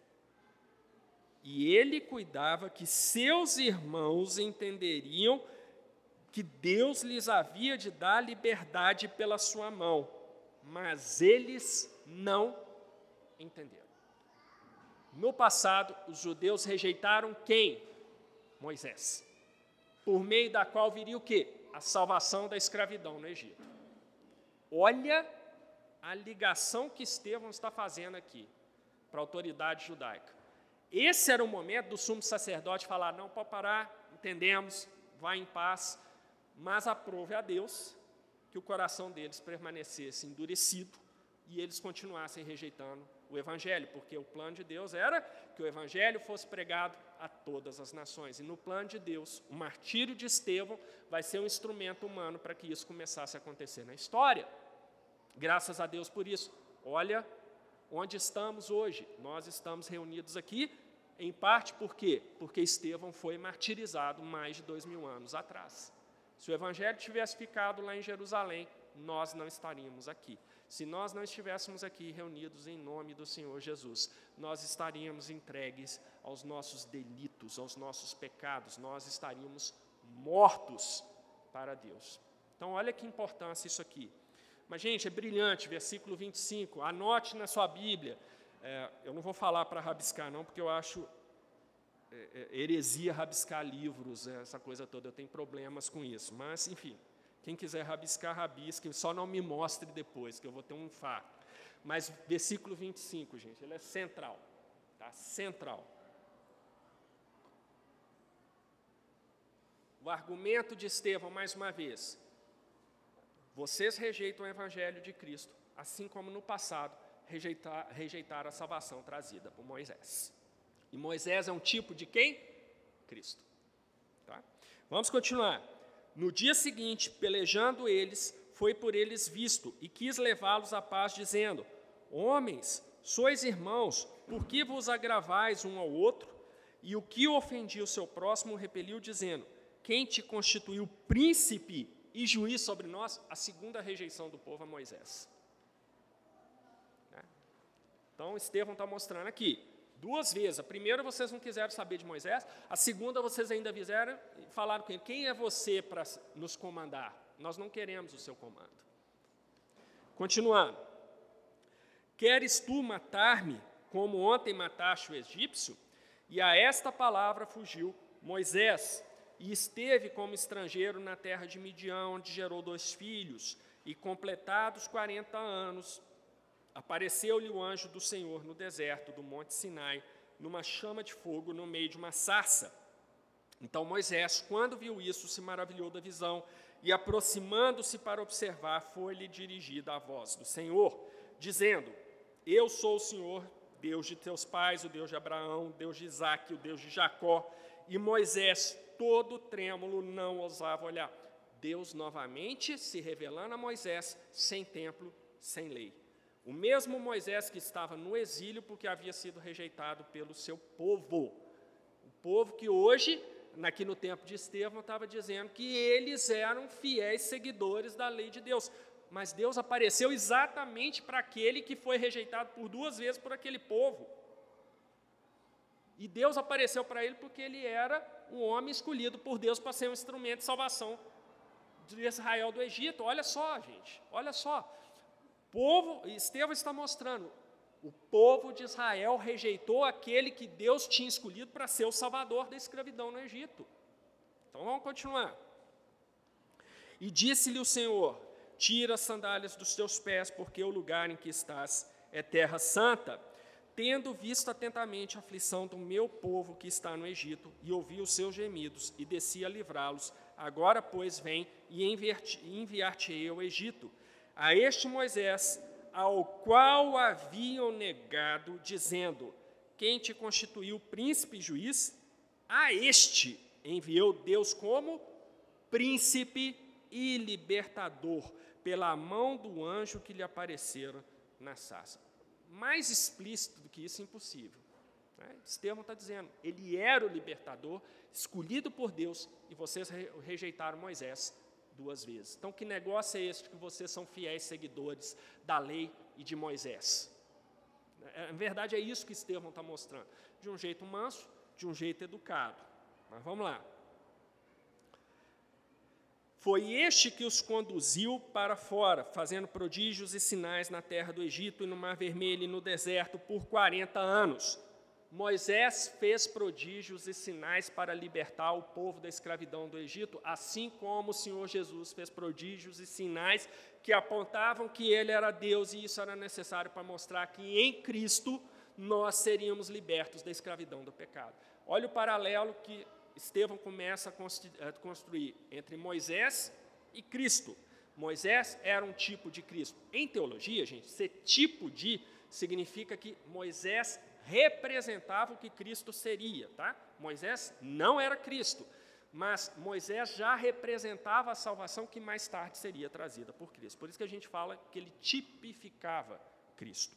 E ele cuidava que seus irmãos entenderiam que Deus lhes havia de dar liberdade pela sua mão, mas eles não entenderam. No passado, os judeus rejeitaram quem? Moisés, por meio da qual viria o quê? A salvação da escravidão no Egito. Olha a ligação que Estevão está fazendo aqui para a autoridade judaica. Esse era o momento do sumo sacerdote falar, não, pode parar, entendemos, vai em paz, mas aprove a Deus que o coração deles permanecesse endurecido e eles continuassem rejeitando o Evangelho, porque o plano de Deus era que o Evangelho fosse pregado a todas as nações. E no plano de Deus, o martírio de Estevão vai ser um instrumento humano para que isso começasse a acontecer na história. Graças a Deus por isso. Olha onde estamos hoje. Nós estamos reunidos aqui, em parte por quê? Porque Estevão foi martirizado mais de dois mil anos atrás. Se o Evangelho tivesse ficado lá em Jerusalém, nós não estaríamos aqui. Se nós não estivéssemos aqui reunidos em nome do Senhor Jesus, nós estaríamos entregues aos nossos delitos, aos nossos pecados, nós estaríamos mortos para Deus. Então, olha que importância isso aqui. Mas, gente, é brilhante, versículo vinte e cinco, anote na sua Bíblia. É, eu não vou falar para rabiscar, não, porque eu acho é, é, heresia rabiscar livros, essa coisa toda, eu tenho problemas com isso. Mas, enfim, quem quiser rabiscar, rabisque, só não me mostre depois, que eu vou ter um infarto. Mas, versículo vinte e cinco, gente, ele é central, tá? Central. O argumento de Estevão, mais uma vez, vocês rejeitam o Evangelho de Cristo, assim como no passado rejeitar, rejeitaram a salvação trazida por Moisés. E Moisés é um tipo de quem? Cristo. Tá? Vamos continuar. No dia seguinte, pelejando eles, foi por eles visto e quis levá-los à paz, dizendo: homens, sois irmãos, por que vos agravais um ao outro? E o que ofendia o seu próximo repeliu, dizendo: quem te constituiu príncipe e juiz sobre nós? A segunda rejeição do povo a Moisés. Então, Estevão está mostrando aqui, duas vezes. A primeira, vocês não quiseram saber de Moisés. A segunda, vocês ainda fizeram e falaram com ele: quem é você para nos comandar? Nós não queremos o seu comando. Continuando. Queres tu matar-me, como ontem mataste o egípcio? E a esta palavra fugiu Moisés, e esteve como estrangeiro na terra de Midian, onde gerou dois filhos, e completados quarenta anos, apareceu-lhe o anjo do Senhor no deserto do monte Sinai, numa chama de fogo no meio de uma sarça. Então Moisés, quando viu isso, se maravilhou da visão, e aproximando-se para observar, foi-lhe dirigida a voz do Senhor, dizendo: eu sou o Senhor, Deus de teus pais, o Deus de Abraão, o Deus de Isaque, o Deus de Jacó. E Moisés, todo trêmulo, não ousava olhar. Deus novamente se revelando a Moisés, sem templo, sem lei. O mesmo Moisés que estava no exílio porque havia sido rejeitado pelo seu povo. O povo que hoje, aqui no tempo de Estevão, estava dizendo que eles eram fiéis seguidores da lei de Deus. Mas Deus apareceu exatamente para aquele que foi rejeitado por duas vezes por aquele povo. E Deus apareceu para ele porque ele era um homem escolhido por Deus para ser um instrumento de salvação de Israel do Egito. Olha só, gente, olha só. O povo, Estevão está mostrando, o povo de Israel rejeitou aquele que Deus tinha escolhido para ser o salvador da escravidão no Egito. Então, vamos continuar. E disse-lhe o Senhor, tira as sandálias dos teus pés, porque o lugar em que estás é terra santa. Tendo visto atentamente a aflição do meu povo que está no Egito, e ouvi os seus gemidos, e desci a livrá-los, agora, pois, vem e enviar-te-ei ao Egito, a este Moisés, ao qual haviam negado, dizendo, quem te constituiu príncipe e juiz? A este enviou Deus como príncipe e libertador, pela mão do anjo que lhe aparecera na sarça. Mais explícito do que isso, impossível. Né? Estevão está dizendo, ele era o libertador, escolhido por Deus, e vocês rejeitaram Moisés duas vezes. Então, que negócio é esse de que vocês são fiéis seguidores da lei e de Moisés? Na verdade, é isso que Estevão está mostrando. De um jeito manso, de um jeito educado. Mas vamos lá. Foi este que os conduziu para fora, fazendo prodígios e sinais na terra do Egito e no Mar Vermelho e no deserto por quarenta anos. Moisés fez prodígios e sinais para libertar o povo da escravidão do Egito, assim como o Senhor Jesus fez prodígios e sinais que apontavam que ele era Deus, e isso era necessário para mostrar que em Cristo nós seríamos libertos da escravidão do pecado. Olha o paralelo que Estevão começa a construir entre Moisés e Cristo. Moisés era um tipo de Cristo. Em teologia, gente, ser tipo de significa que Moisés representava o que Cristo seria, tá? Moisés não era Cristo, mas Moisés já representava a salvação que mais tarde seria trazida por Cristo. Por isso que a gente fala que ele tipificava Cristo.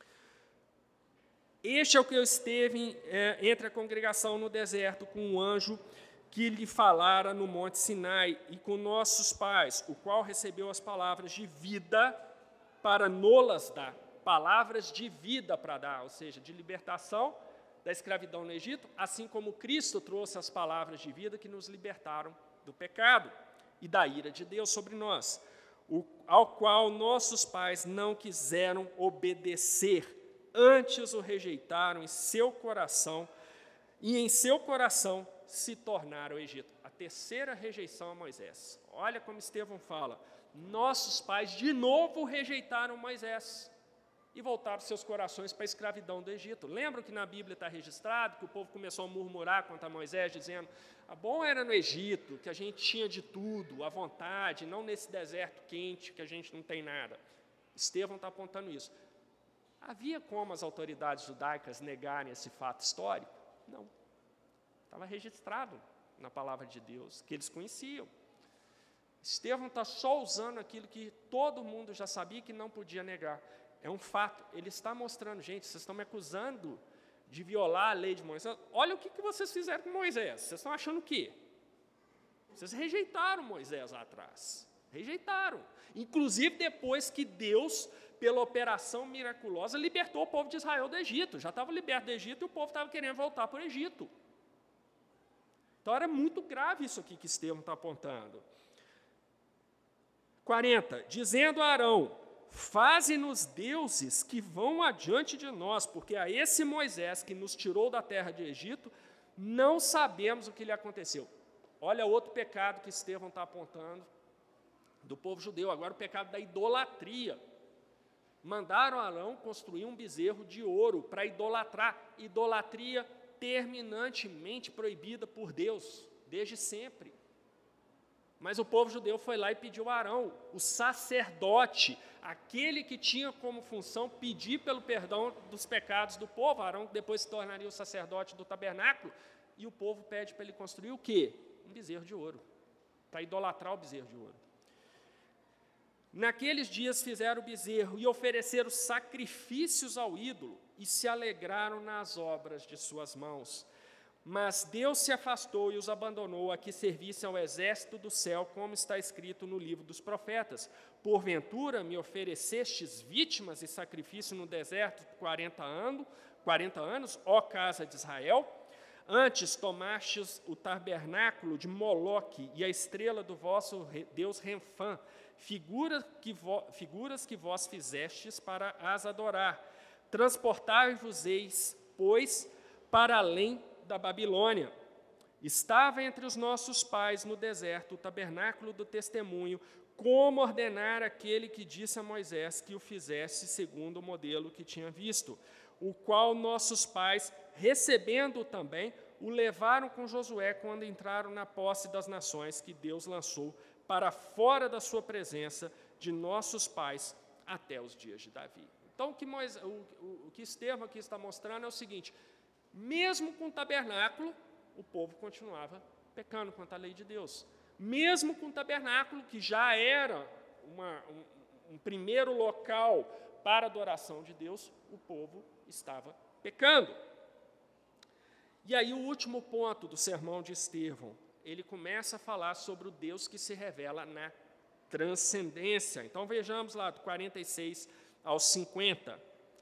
Este é o que eu esteve é, entre a congregação no deserto, com um anjo que lhe falara no monte Sinai, e com nossos pais, o qual recebeu as palavras de vida para nolas dar. Palavras de vida para dar, ou seja, de libertação da escravidão no Egito, assim como Cristo trouxe as palavras de vida que nos libertaram do pecado e da ira de Deus sobre nós, o, ao qual nossos pais não quiseram obedecer, antes o rejeitaram em seu coração, e em seu coração se tornaram o Egito. A terceira rejeição a Moisés. Olha como Estevão fala, nossos pais de novo rejeitaram Moisés e voltaram seus corações para a escravidão do Egito. Lembram que na Bíblia está registrado que o povo começou a murmurar contra Moisés, dizendo, ah, bom era no Egito, que a gente tinha de tudo, à vontade, não nesse deserto quente que a gente não tem nada. Estevão está apontando isso. Havia como as autoridades judaicas negarem esse fato histórico? Não. Estava registrado na palavra de Deus, que eles conheciam. Estevão está só usando aquilo que todo mundo já sabia que não podia negar. É um fato. Ele está mostrando, gente, vocês estão me acusando de violar a lei de Moisés. Olha o que vocês fizeram com Moisés. Vocês estão achando o quê? Vocês rejeitaram Moisés lá atrás. Rejeitaram. Inclusive depois que Deus, pela operação miraculosa, libertou o povo de Israel do Egito. Já estava liberto do Egito e o povo estava querendo voltar para o Egito. Então era muito grave isso aqui que Estevão está apontando. quarenta. Dizendo a Arão, faze-nos deuses que vão adiante de nós, porque a esse Moisés que nos tirou da terra de Egito, não sabemos o que lhe aconteceu. Olha outro pecado que Estevão está apontando do povo judeu, agora o pecado da idolatria. Mandaram Arão construir um bezerro de ouro para idolatrar. Idolatria terminantemente proibida por Deus, desde sempre. Mas o povo judeu foi lá e pediu a Arão, o sacerdote, aquele que tinha como função pedir pelo perdão dos pecados do povo. Arão depois se tornaria o sacerdote do tabernáculo, e o povo pede para ele construir o quê? Um bezerro de ouro, para idolatrar o bezerro de ouro. Naqueles dias fizeram o bezerro e ofereceram sacrifícios ao ídolo e se alegraram nas obras de suas mãos. Mas Deus se afastou e os abandonou a que servissem ao exército do céu, como está escrito no livro dos profetas. Porventura me oferecestes vítimas e sacrifício no deserto por quarenta anos, quarenta anos, ó casa de Israel? Antes tomastes o tabernáculo de Moloque e a estrela do vosso deus Renfã, figura que vo, figuras que vós fizestes para as adorar. Transportai-vos-eis, pois, para além da Babilônia. Estava entre os nossos pais no deserto o tabernáculo do testemunho, como ordenar aquele que disse a Moisés que o fizesse segundo o modelo que tinha visto, o qual nossos pais, recebendo-o também, o levaram com Josué quando entraram na posse das nações que Deus lançou para fora da sua presença de nossos pais até os dias de Davi. Então, o que, Moisés, o, o, o que Estevão aqui está mostrando é o seguinte: mesmo com o tabernáculo, o povo continuava pecando contra a lei de Deus. Mesmo com o tabernáculo, que já era uma, um, um primeiro local para a adoração de Deus, o povo estava pecando. E aí o último ponto do sermão de Estevão, ele começa a falar sobre o Deus que se revela na transcendência. Então vejamos lá, do quarenta e seis ao cinquenta.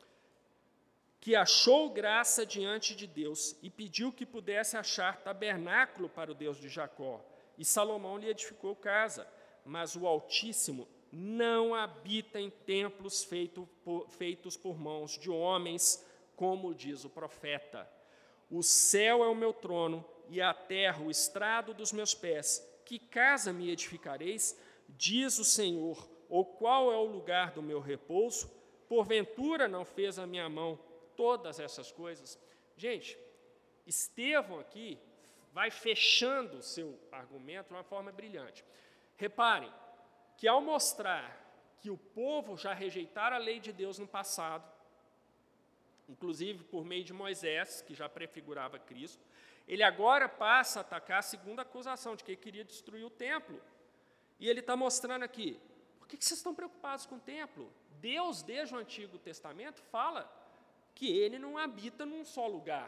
Que achou graça diante de Deus e pediu que pudesse achar tabernáculo para o Deus de Jacó. E Salomão lhe edificou casa, mas o Altíssimo não habita em templos feito por, feitos por mãos de homens, como diz o profeta. O céu é o meu trono e a terra o estrado dos meus pés. Que casa me edificareis? Diz o Senhor. Ou qual é o lugar do meu repouso? Porventura não fez a minha mão todas essas coisas? Gente, Estevão aqui vai fechando o seu argumento de uma forma brilhante. Reparem que, ao mostrar que o povo já rejeitara a lei de Deus no passado, inclusive por meio de Moisés, que já prefigurava Cristo, ele agora passa a atacar a segunda acusação, de que ele queria destruir o templo. E ele está mostrando aqui: por que vocês estão preocupados com o templo? Deus, desde o Antigo Testamento, fala que ele não habita num só lugar.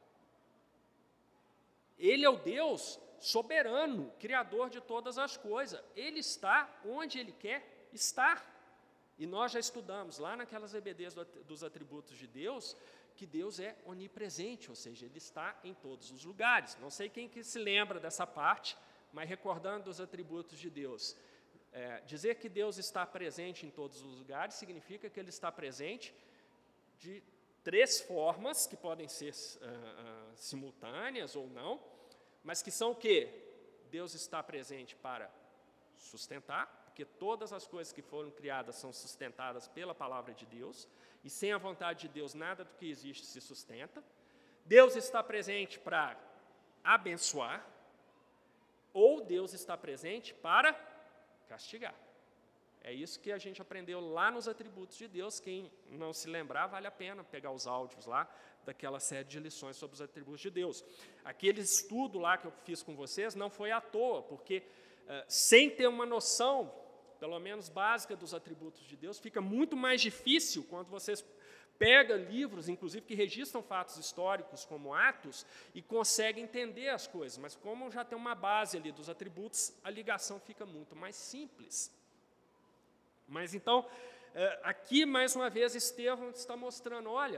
Ele é o Deus soberano, criador de todas as coisas. Ele está onde ele quer estar. E nós já estudamos lá naquelas E B Ds dos atributos de Deus, que Deus é onipresente, ou seja, ele está em todos os lugares. Não sei quem que se lembra dessa parte, mas recordando dos atributos de Deus. É, dizer que Deus está presente em todos os lugares significa que ele está presente de três formas, que podem ser uh, uh, simultâneas ou não, mas que são o quê? Deus está presente para sustentar, porque todas as coisas que foram criadas são sustentadas pela palavra de Deus, e sem a vontade de Deus nada do que existe se sustenta. Deus está presente para abençoar, ou Deus está presente para castigar. É isso que a gente aprendeu lá nos atributos de Deus. Quem não se lembrar, vale a pena pegar os áudios lá daquela série de lições sobre os atributos de Deus. Aquele estudo lá que eu fiz com vocês não foi à toa, porque uh, sem ter uma noção, pelo menos básica, dos atributos de Deus, fica muito mais difícil quando vocês pegam livros, inclusive, que registram fatos históricos como Atos, e conseguem entender as coisas. Mas como já tem uma base ali dos atributos, a ligação fica muito mais simples. Mas então, aqui mais uma vez Estevão está mostrando, olha,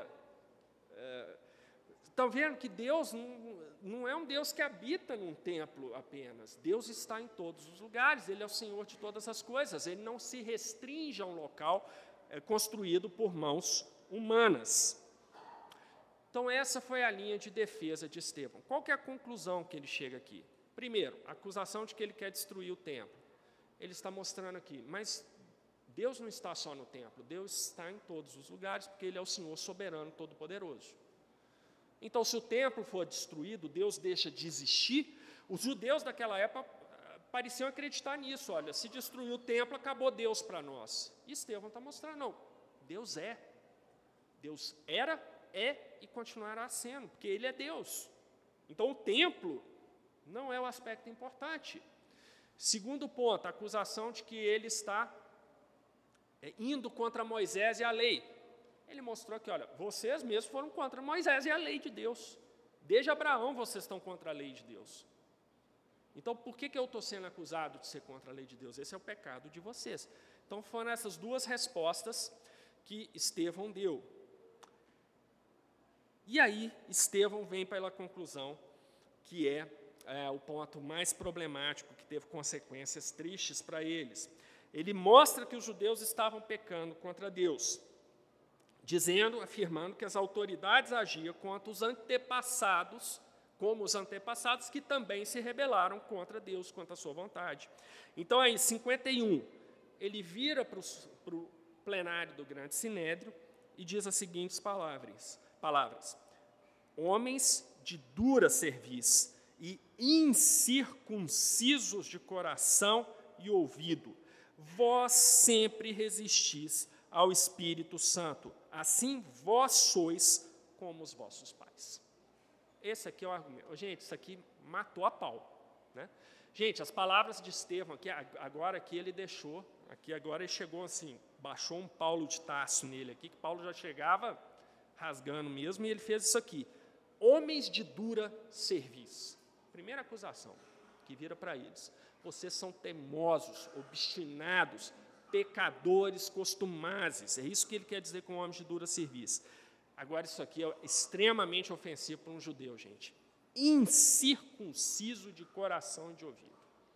estão vendo que Deus não, não é um Deus que habita num templo apenas. Deus está em todos os lugares, Ele é o Senhor de todas as coisas, Ele não se restringe a um local construído por mãos humanas. Então essa foi a linha de defesa de Estevão. Qual que é a conclusão que ele chega aqui? Primeiro, a acusação de que ele quer destruir o templo. Ele está mostrando aqui, mas Deus não está só no templo, Deus está em todos os lugares, porque Ele é o Senhor soberano, todo-poderoso. Então, se o templo for destruído, Deus deixa de existir. Os judeus daquela época pareciam acreditar nisso. Olha, se destruir o templo, acabou Deus para nós. E Estevão está mostrando, não, Deus é. Deus era, é e continuará sendo, porque Ele é Deus. Então, o templo não é o aspecto importante. Segundo ponto, a acusação de que Ele está indo contra Moisés e a lei. Ele mostrou que, olha, vocês mesmos foram contra Moisés e a lei de Deus. Desde Abraão vocês estão contra a lei de Deus. Então, por que, que eu estou sendo acusado de ser contra a lei de Deus? Esse é o pecado de vocês. Então, foram essas duas respostas que Estevão deu. E aí, Estevão vem pela conclusão que é, é o ponto mais problemático, que teve consequências tristes para eles. Ele mostra que os judeus estavam pecando contra Deus, dizendo, afirmando que as autoridades agiam contra os antepassados, como os antepassados que também se rebelaram contra Deus, contra a sua vontade. Então, aí, cinquenta e um, ele vira para o plenário do Grande Sinédrio e diz as seguintes palavras, palavras: homens de dura cerviz e incircuncisos de coração e ouvido, vós sempre resistis ao Espírito Santo, assim vós sois como os vossos pais. Esse aqui é o argumento. Gente, isso aqui matou a pau, né? Gente, as palavras de Estevão, aqui, agora aqui ele deixou, aqui agora ele chegou assim, baixou um Paulo de Tarso nele aqui, que Paulo já chegava rasgando mesmo, e ele fez isso aqui: homens de dura cerviz. Primeira acusação que vira para eles: vocês são teimosos, obstinados, pecadores costumazes. É isso que ele quer dizer com homens de dura cerviz. Agora, isso aqui é extremamente ofensivo para um judeu, gente. Incircunciso de coração e de ouvido.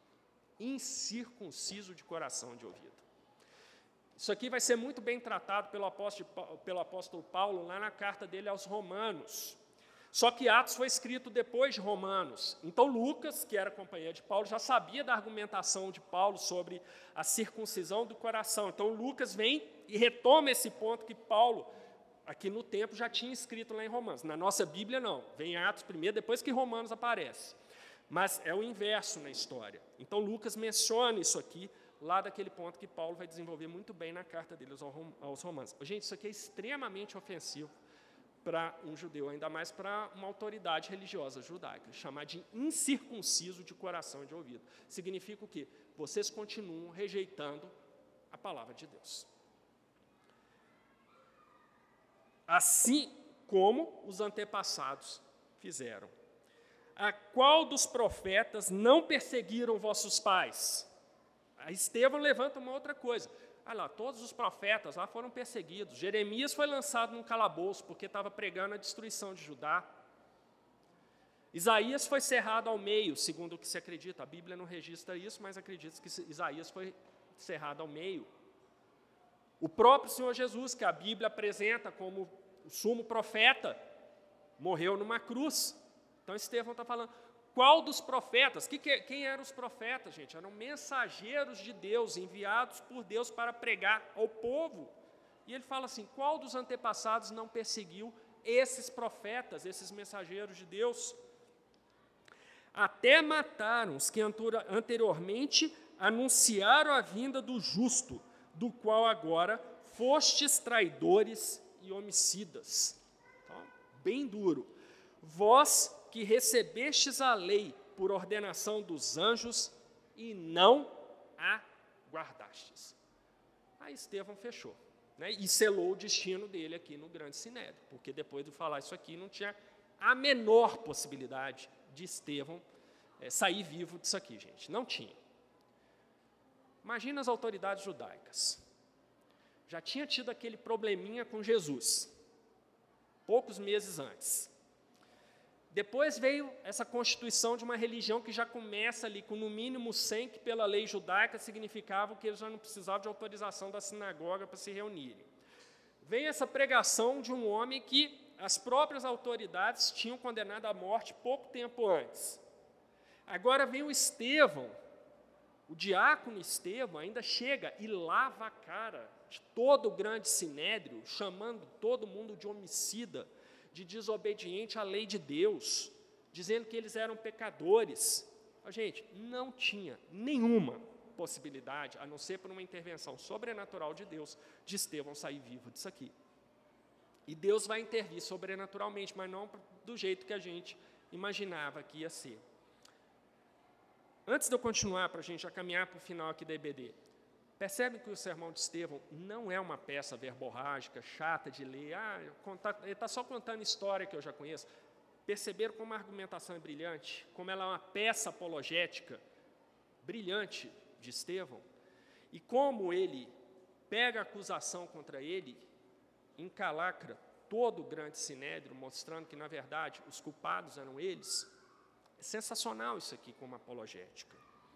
Incircunciso de coração e de ouvido. Isso aqui vai ser muito bem tratado pelo apóstolo, pelo apóstolo Paulo lá na carta dele aos Romanos. Só que Atos foi escrito depois de Romanos. Então, Lucas, que era companheiro de Paulo, já sabia da argumentação de Paulo sobre a circuncisão do coração. Então, Lucas vem e retoma esse ponto que Paulo, aqui no tempo, já tinha escrito lá em Romanos. Na nossa Bíblia, não. Vem Atos primeiro, depois que Romanos aparece. Mas é o inverso na história. Então, Lucas menciona isso aqui, lá daquele ponto que Paulo vai desenvolver muito bem na carta dele aos Romanos. Gente, isso aqui é extremamente ofensivo para um judeu, ainda mais para uma autoridade religiosa judaica, chamar de incircunciso de coração e de ouvido. Significa o quê? Vocês continuam rejeitando a palavra de Deus. Assim como os antepassados fizeram. A qual dos profetas não perseguiram vossos pais? A Estevão levanta uma outra coisa. Ah lá, todos os profetas lá foram perseguidos. Jeremias foi lançado num calabouço porque estava pregando a destruição de Judá. Isaías foi cerrado ao meio, segundo o que se acredita. A Bíblia não registra isso, mas acredita que Isaías foi cerrado ao meio. O próprio Senhor Jesus, que a Bíblia apresenta como o sumo profeta, morreu numa cruz. Então, Estevão está falando, qual dos profetas? Que, que, quem eram os profetas, gente? Eram mensageiros de Deus, enviados por Deus para pregar ao povo. E ele fala assim, qual dos antepassados não perseguiu esses profetas, esses mensageiros de Deus? Até mataram os que anteriormente anunciaram a vinda do justo, do qual agora fostes traidores e homicidas. Então, bem duro. Vós que recebestes a lei por ordenação dos anjos e não a guardastes. Aí Estevão fechou, né, e selou o destino dele aqui no Grande Sinédrio, porque depois de falar isso aqui, não tinha a menor possibilidade de Estevão é, sair vivo disso aqui, gente. Não tinha. Imagina as autoridades judaicas. Já tinha tido aquele probleminha com Jesus, poucos meses antes. Depois veio essa constituição de uma religião que já começa ali com no mínimo cem, que pela lei judaica significava que eles já não precisavam de autorização da sinagoga para se reunirem. Vem essa pregação de um homem que as próprias autoridades tinham condenado à morte pouco tempo antes. Agora vem o Estevão, o diácono Estevão ainda chega e lava a cara de todo o Grande Sinédrio, chamando todo mundo de homicida, de desobediente à lei de Deus, dizendo que eles eram pecadores. Gente, não tinha nenhuma possibilidade, a não ser por uma intervenção sobrenatural de Deus, de Estevão sair vivo disso aqui. E Deus vai intervir sobrenaturalmente, mas não do jeito que a gente imaginava que ia ser. Antes de eu continuar, para a gente já caminhar para o final aqui da I B D, percebe que o sermão de Estevão não é uma peça verborrágica, chata de ler, ah, ele está só contando história que eu já conheço. Perceberam como a argumentação é brilhante, como ela é uma peça apologética brilhante de Estevão, e como ele pega a acusação contra ele, encalacra todo o grande sinédrio, mostrando que, na verdade, os culpados eram eles. É sensacional isso aqui como apologética.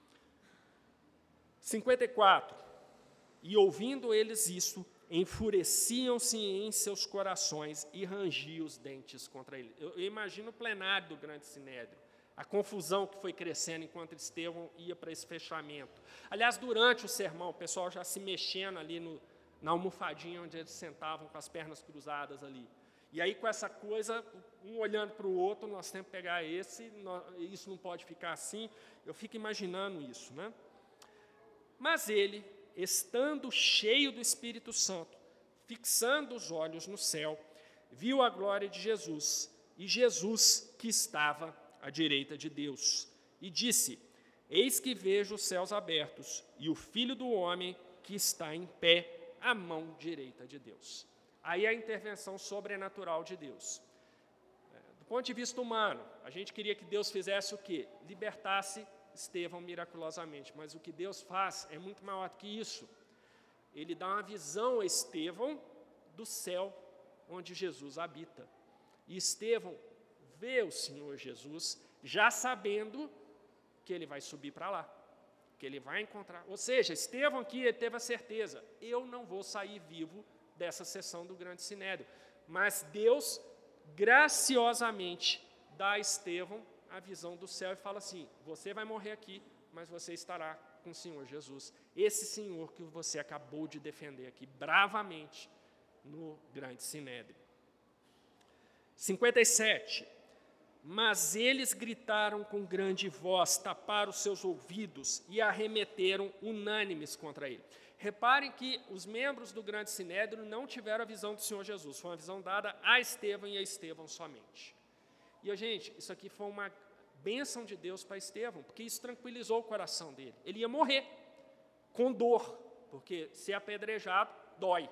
cinquenta e quatro. E ouvindo eles isso, enfureciam-se em seus corações e rangiam os dentes contra ele. Eu, eu imagino o plenário do grande sinédrio, a confusão que foi crescendo enquanto Estevão ia para esse fechamento. Aliás, durante o sermão, o pessoal já se mexendo ali no, na almofadinha onde eles sentavam com as pernas cruzadas ali. E aí, com essa coisa, um olhando para o outro, nós temos que pegar esse, nós, isso não pode ficar assim. Eu fico imaginando isso, né? Mas ele, estando cheio do Espírito Santo, fixando os olhos no céu, viu a glória de Jesus, e Jesus que estava à direita de Deus, e disse: Eis que vejo os céus abertos, e o Filho do Homem que está em pé à mão direita de Deus. Aí a intervenção sobrenatural de Deus. Do ponto de vista humano, a gente queria que Deus fizesse o quê? Libertasse Estevão miraculosamente, mas o que Deus faz é muito maior do que isso. Ele dá uma visão a Estevão do céu onde Jesus habita. E Estevão vê o Senhor Jesus, já sabendo que ele vai subir para lá, que ele vai encontrar. Ou seja, Estevão aqui ele teve a certeza, eu não vou sair vivo dessa sessão do grande sinédrio. Mas Deus, graciosamente, dá a Estevão a visão do céu e fala assim, você vai morrer aqui, mas você estará com o Senhor Jesus. Esse Senhor que você acabou de defender aqui, bravamente, no grande sinédrio. cinquenta e sete. Mas eles gritaram com grande voz, taparam os seus ouvidos e arremeteram unânimes contra ele. Reparem que os membros do grande sinédrio não tiveram a visão do Senhor Jesus, foi uma visão dada a Estevão e a Estevão somente. E, gente, isso aqui foi uma bênção de Deus para Estevão, porque isso tranquilizou o coração dele. Ele ia morrer com dor, porque ser apedrejado dói.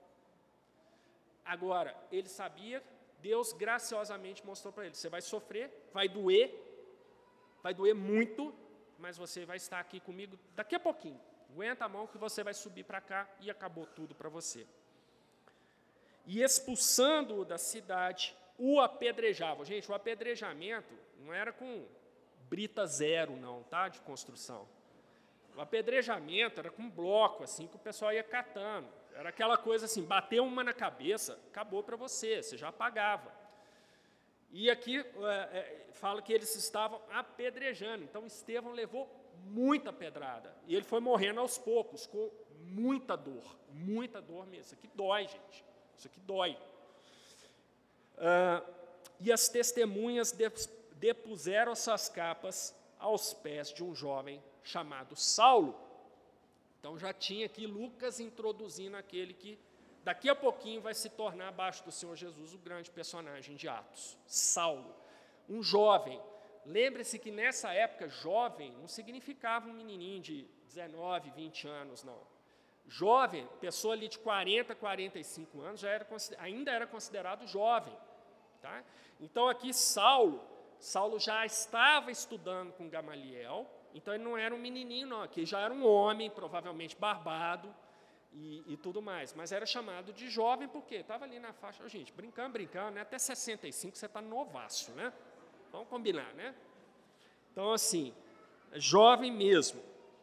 Agora, ele sabia, Deus graciosamente mostrou para ele, você vai sofrer, vai doer, vai doer muito, mas você vai estar aqui comigo daqui a pouquinho. Aguenta a mão que você vai subir para cá e acabou tudo para você. E expulsando-o da cidade, o apedrejavam. Gente, o apedrejamento não era com brita zero, não, tá? De construção. O apedrejamento era com bloco, assim, que o pessoal ia catando. Era aquela coisa assim, bateu uma na cabeça, acabou para você, você já apagava. E aqui é, é, fala que eles estavam apedrejando. Então, Estevão levou muita pedrada. E ele foi morrendo aos poucos, com muita dor. Muita dor mesmo. Isso aqui dói, gente. Isso aqui dói. Ah, e as testemunhas depuseram suas capas aos pés de um jovem chamado Saulo. Então, já tinha aqui Lucas introduzindo aquele que, daqui a pouquinho, vai se tornar, abaixo do Senhor Jesus, o grande personagem de Atos, Saulo. Um jovem. Lembre-se que, nessa época, jovem não significava um menininho de dezenove, vinte anos, não. Jovem, pessoa ali de quarenta, quarenta e cinco anos, já era, ainda era considerado jovem. Tá? Então, aqui, Saulo, Saulo já estava estudando com Gamaliel, então ele não era um menininho, não, aqui já era um homem, provavelmente barbado e, e tudo mais, mas era chamado de jovem porque estava ali na faixa, gente, brincando, brincando, né? Até sessenta e cinco você está novaço, né? Vamos combinar, né? Então, assim, jovem mesmo.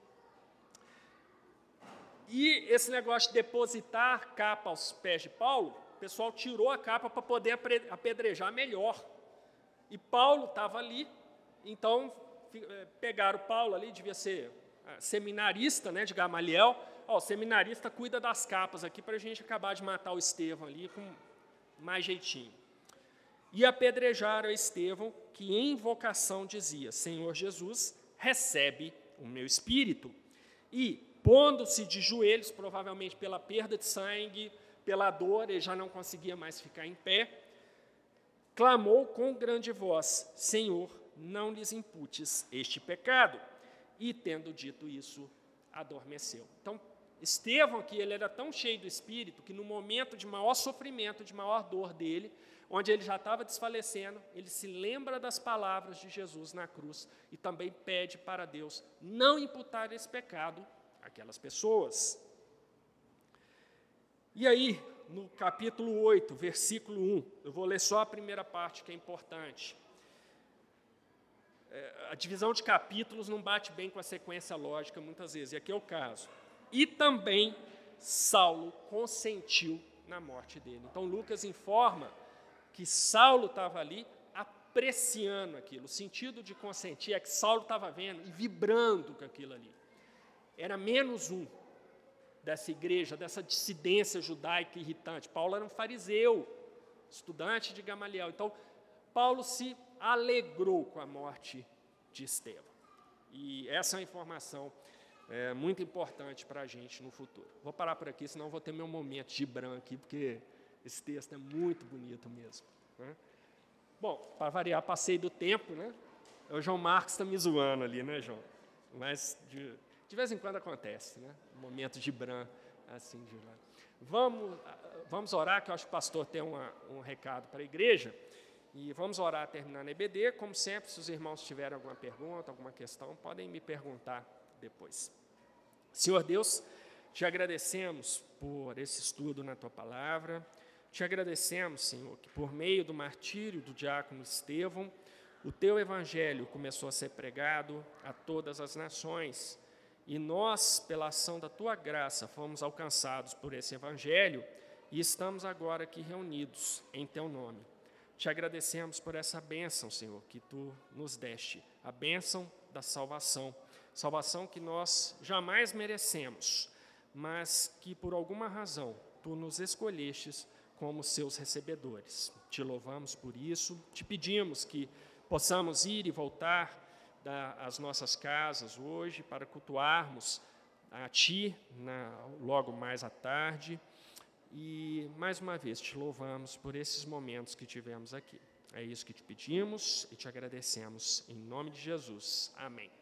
E esse negócio de depositar capa aos pés de Paulo, o pessoal tirou a capa para poder apedrejar melhor. E Paulo estava ali, então pegaram Paulo ali, devia ser seminarista, né, de Gamaliel. Ó, o seminarista cuida das capas aqui para a gente acabar de matar o Estevão ali com mais jeitinho. E apedrejaram a Estevão, que em invocação dizia, Senhor Jesus, recebe o meu espírito. E, pondo-se de joelhos, provavelmente pela perda de sangue, pela dor, ele já não conseguia mais ficar em pé, clamou com grande voz, Senhor, não lhes imputes este pecado. E, tendo dito isso, adormeceu. Então, Estevão aqui, ele era tão cheio do Espírito, que no momento de maior sofrimento, de maior dor dele, onde ele já estava desfalecendo, ele se lembra das palavras de Jesus na cruz e também pede para Deus não imputar esse pecado àquelas pessoas. E aí, no capítulo oito, versículo um. Eu vou ler só a primeira parte, que é importante. É, a divisão de capítulos não bate bem com a sequência lógica, muitas vezes, e aqui é o caso. E também Saulo consentiu na morte dele. Então, Lucas informa que Saulo estava ali apreciando aquilo. O sentido de consentir é que Saulo estava vendo e vibrando com aquilo ali. Era menos um dessa igreja, dessa dissidência judaica irritante. Paulo era um fariseu, estudante de Gamaliel. Então, Paulo se alegrou com a morte de Estevão. E essa é uma informação é, muito importante para a gente no futuro. Vou parar por aqui, senão vou ter meu momento de branco aqui, porque esse texto é muito bonito mesmo, né? Bom, para variar, passei do tempo, né? O João Marcos está me zoando ali, né, João? Mas de, de vez em quando acontece, né? Um momento de branco, assim, de lá. Vamos, vamos orar, que eu acho que o pastor tem uma, um recado para a igreja. E vamos orar terminando a E B D. Como sempre, se os irmãos tiverem alguma pergunta, alguma questão, podem me perguntar depois. Senhor Deus, te agradecemos por esse estudo na Tua Palavra. Te agradecemos, Senhor, que por meio do martírio do diácono Estevão, o Teu Evangelho começou a ser pregado a todas as nações. E nós, pela ação da Tua graça, fomos alcançados por esse Evangelho e estamos agora aqui reunidos em Teu nome. Te agradecemos por essa bênção, Senhor, que Tu nos deste, a bênção da salvação, salvação que nós jamais merecemos, mas que por alguma razão Tu nos escolhestes como seus recebedores. Te louvamos por isso, te pedimos que possamos ir e voltar às nossas casas hoje para cultuarmos a Ti na, logo mais à tarde. E, mais uma vez, te louvamos por esses momentos que tivemos aqui. É isso que te pedimos e te agradecemos. Em nome de Jesus. Amém.